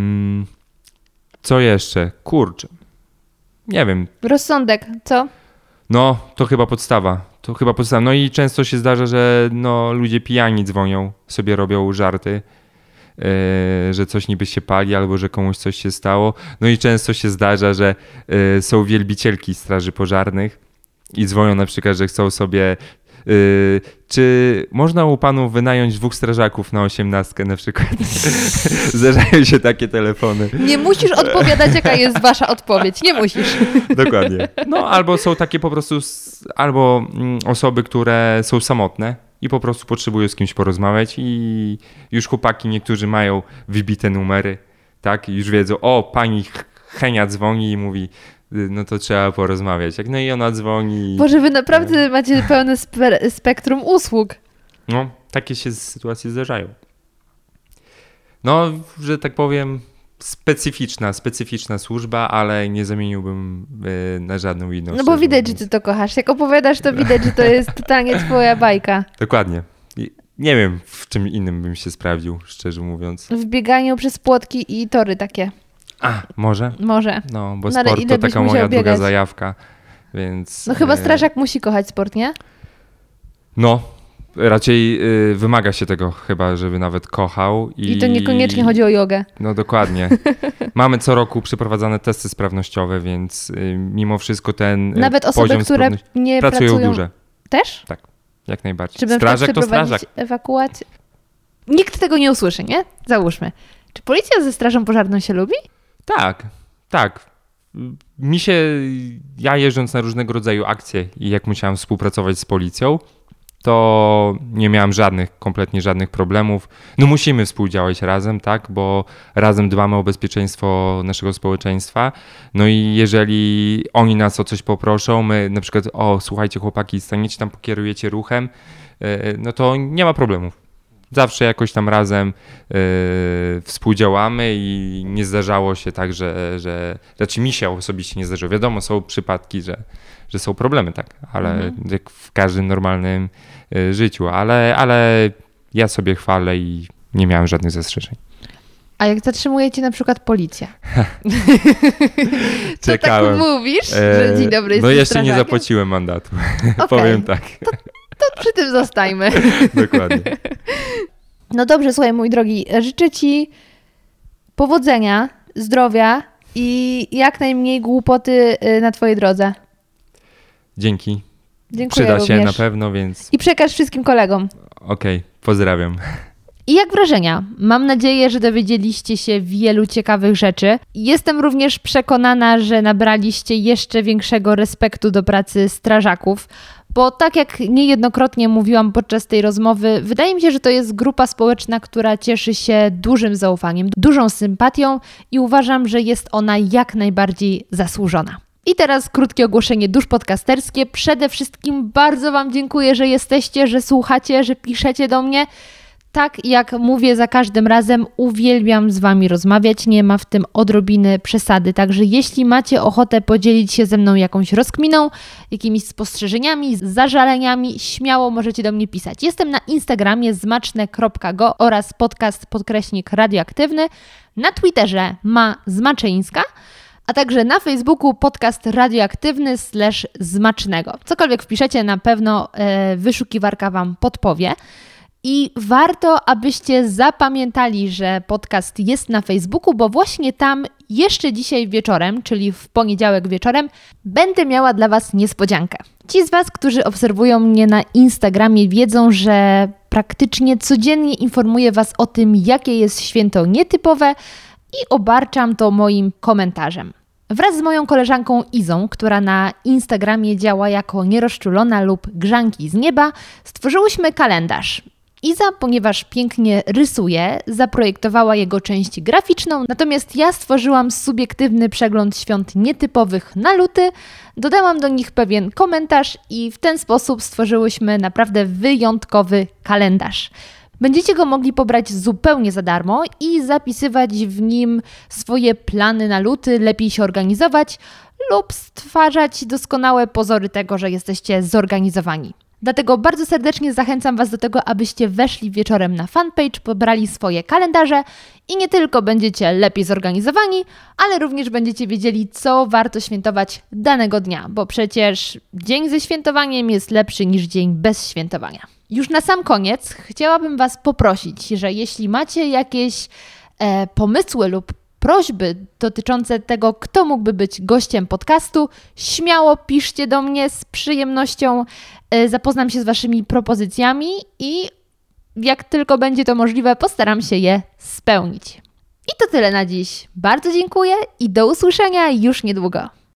Co jeszcze? Kurczę. Nie wiem. Rozsądek, co? No, to chyba podstawa. No i często się zdarza, że no, ludzie pijani dzwonią, sobie robią żarty, że coś niby się pali albo że komuś coś się stało. No i często się zdarza, że są wielbicielki straży pożarnych i dzwonią na przykład, że chcą sobie czy można u panów wynająć 2 strażaków na 18 na przykład? Zdarzają się takie telefony. Nie musisz odpowiadać, jaka jest wasza odpowiedź. Nie musisz. Dokładnie. No albo są takie po prostu, albo osoby, które są samotne i po prostu potrzebują z kimś porozmawiać i już chłopaki niektórzy mają wybite numery, tak? I już wiedzą, o pani Henia dzwoni i mówi, no to trzeba porozmawiać. No i ona dzwoni. Boże, wy naprawdę macie pełne spektrum usług. No, takie się sytuacje zdarzają. No, że tak powiem, specyficzna służba, ale nie zamieniłbym na żadną inną. No bo widać, że ty to kochasz. Jak opowiadasz, to widać, że to jest totalnie twoja bajka. Dokładnie. Nie wiem, w czym innym bym się sprawdził, szczerze mówiąc. W bieganiu przez płotki i tory takie. A, może? Może. No, bo sport to taka moja druga zajawka, więc... No chyba strażak musi kochać sport, nie? No, raczej wymaga się tego chyba, żeby nawet kochał. I to niekoniecznie chodzi o jogę. No dokładnie. Mamy co roku przeprowadzane testy sprawnościowe, więc mimo wszystko ten nawet osoby, które nie pracują w biurze. Też? Tak, jak najbardziej. Żeby strażak to strażak. Ewakuację. Nikt tego nie usłyszy, nie? Załóżmy. Czy policja ze strażą pożarną się lubi? Tak. Ja jeżdżąc na różnego rodzaju akcje i jak musiałem współpracować z policją, to nie miałem kompletnie żadnych problemów. No musimy współdziałać razem, tak, bo razem dbamy o bezpieczeństwo naszego społeczeństwa. No i jeżeli oni nas o coś poproszą, my na przykład, słuchajcie chłopaki, staniecie tam, pokierujecie ruchem, no to nie ma problemów. Zawsze jakoś tam razem współdziałamy i nie zdarzało się tak, że raczej mi się osobiście nie zdarzyło. Wiadomo, są przypadki, że są problemy, tak, ale jak w każdym normalnym życiu, ale ja sobie chwalę i nie miałem żadnych zastrzeżeń. A jak zatrzymujecie na przykład policję? Co Czekałem. tak mówisz, że dzień dobry, no jeszcze strażakiem? Nie zapłaciłem mandatu, Okay. powiem tak. To przy tym zostajmy. Dokładnie. No dobrze, słuchaj mój drogi, życzę ci powodzenia, zdrowia i jak najmniej głupoty na twojej drodze. Dzięki. Dziękuję Przyda się również. na pewno, więc... I przekaż wszystkim kolegom. Okej, pozdrawiam. I jak wrażenia? Mam nadzieję, że dowiedzieliście się wielu ciekawych rzeczy. Jestem również przekonana, że nabraliście jeszcze większego respektu do pracy strażaków, bo tak jak niejednokrotnie mówiłam podczas tej rozmowy, wydaje mi się, że to jest grupa społeczna, która cieszy się dużym zaufaniem, dużą sympatią i uważam, że jest ona jak najbardziej zasłużona. I teraz krótkie ogłoszenie duszpodcasterskie. Przede wszystkim bardzo Wam dziękuję, że jesteście, że słuchacie, że piszecie do mnie. Tak jak mówię za każdym razem, uwielbiam z Wami rozmawiać, nie ma w tym odrobiny przesady, także jeśli macie ochotę podzielić się ze mną jakąś rozkminą, jakimiś spostrzeżeniami, zażaleniami, śmiało możecie do mnie pisać. Jestem na Instagramie zmaczne.go oraz podcast_radioaktywny, na Twitterze @zmaczyńska, a także na Facebooku podcast radioaktywny /zmacznego. Cokolwiek wpiszecie, na pewno wyszukiwarka Wam podpowie. I warto, abyście zapamiętali, że podcast jest na Facebooku, bo właśnie tam jeszcze dzisiaj wieczorem, czyli w poniedziałek wieczorem, będę miała dla Was niespodziankę. Ci z Was, którzy obserwują mnie na Instagramie, wiedzą, że praktycznie codziennie informuję Was o tym, jakie jest święto nietypowe i obarczam to moim komentarzem. Wraz z moją koleżanką Izą, która na Instagramie działa jako nierozczulona lub grzanki z nieba, stworzyłyśmy kalendarz. Iza, ponieważ pięknie rysuje, zaprojektowała jego część graficzną, natomiast ja stworzyłam subiektywny przegląd świąt nietypowych na luty, dodałam do nich pewien komentarz i w ten sposób stworzyłyśmy naprawdę wyjątkowy kalendarz. Będziecie go mogli pobrać zupełnie za darmo i zapisywać w nim swoje plany na luty, lepiej się organizować lub stwarzać doskonałe pozory tego, że jesteście zorganizowani. Dlatego bardzo serdecznie zachęcam Was do tego, abyście weszli wieczorem na fanpage, pobrali swoje kalendarze i nie tylko będziecie lepiej zorganizowani, ale również będziecie wiedzieli, co warto świętować danego dnia, bo przecież dzień ze świętowaniem jest lepszy niż dzień bez świętowania. Już na sam koniec chciałabym Was poprosić, że jeśli macie jakieś pomysły lub prośby dotyczące tego, kto mógłby być gościem podcastu, śmiało piszcie do mnie, z przyjemnością zapoznam się z Waszymi propozycjami i jak tylko będzie to możliwe, postaram się je spełnić. I to tyle na dziś. Bardzo dziękuję i do usłyszenia już niedługo.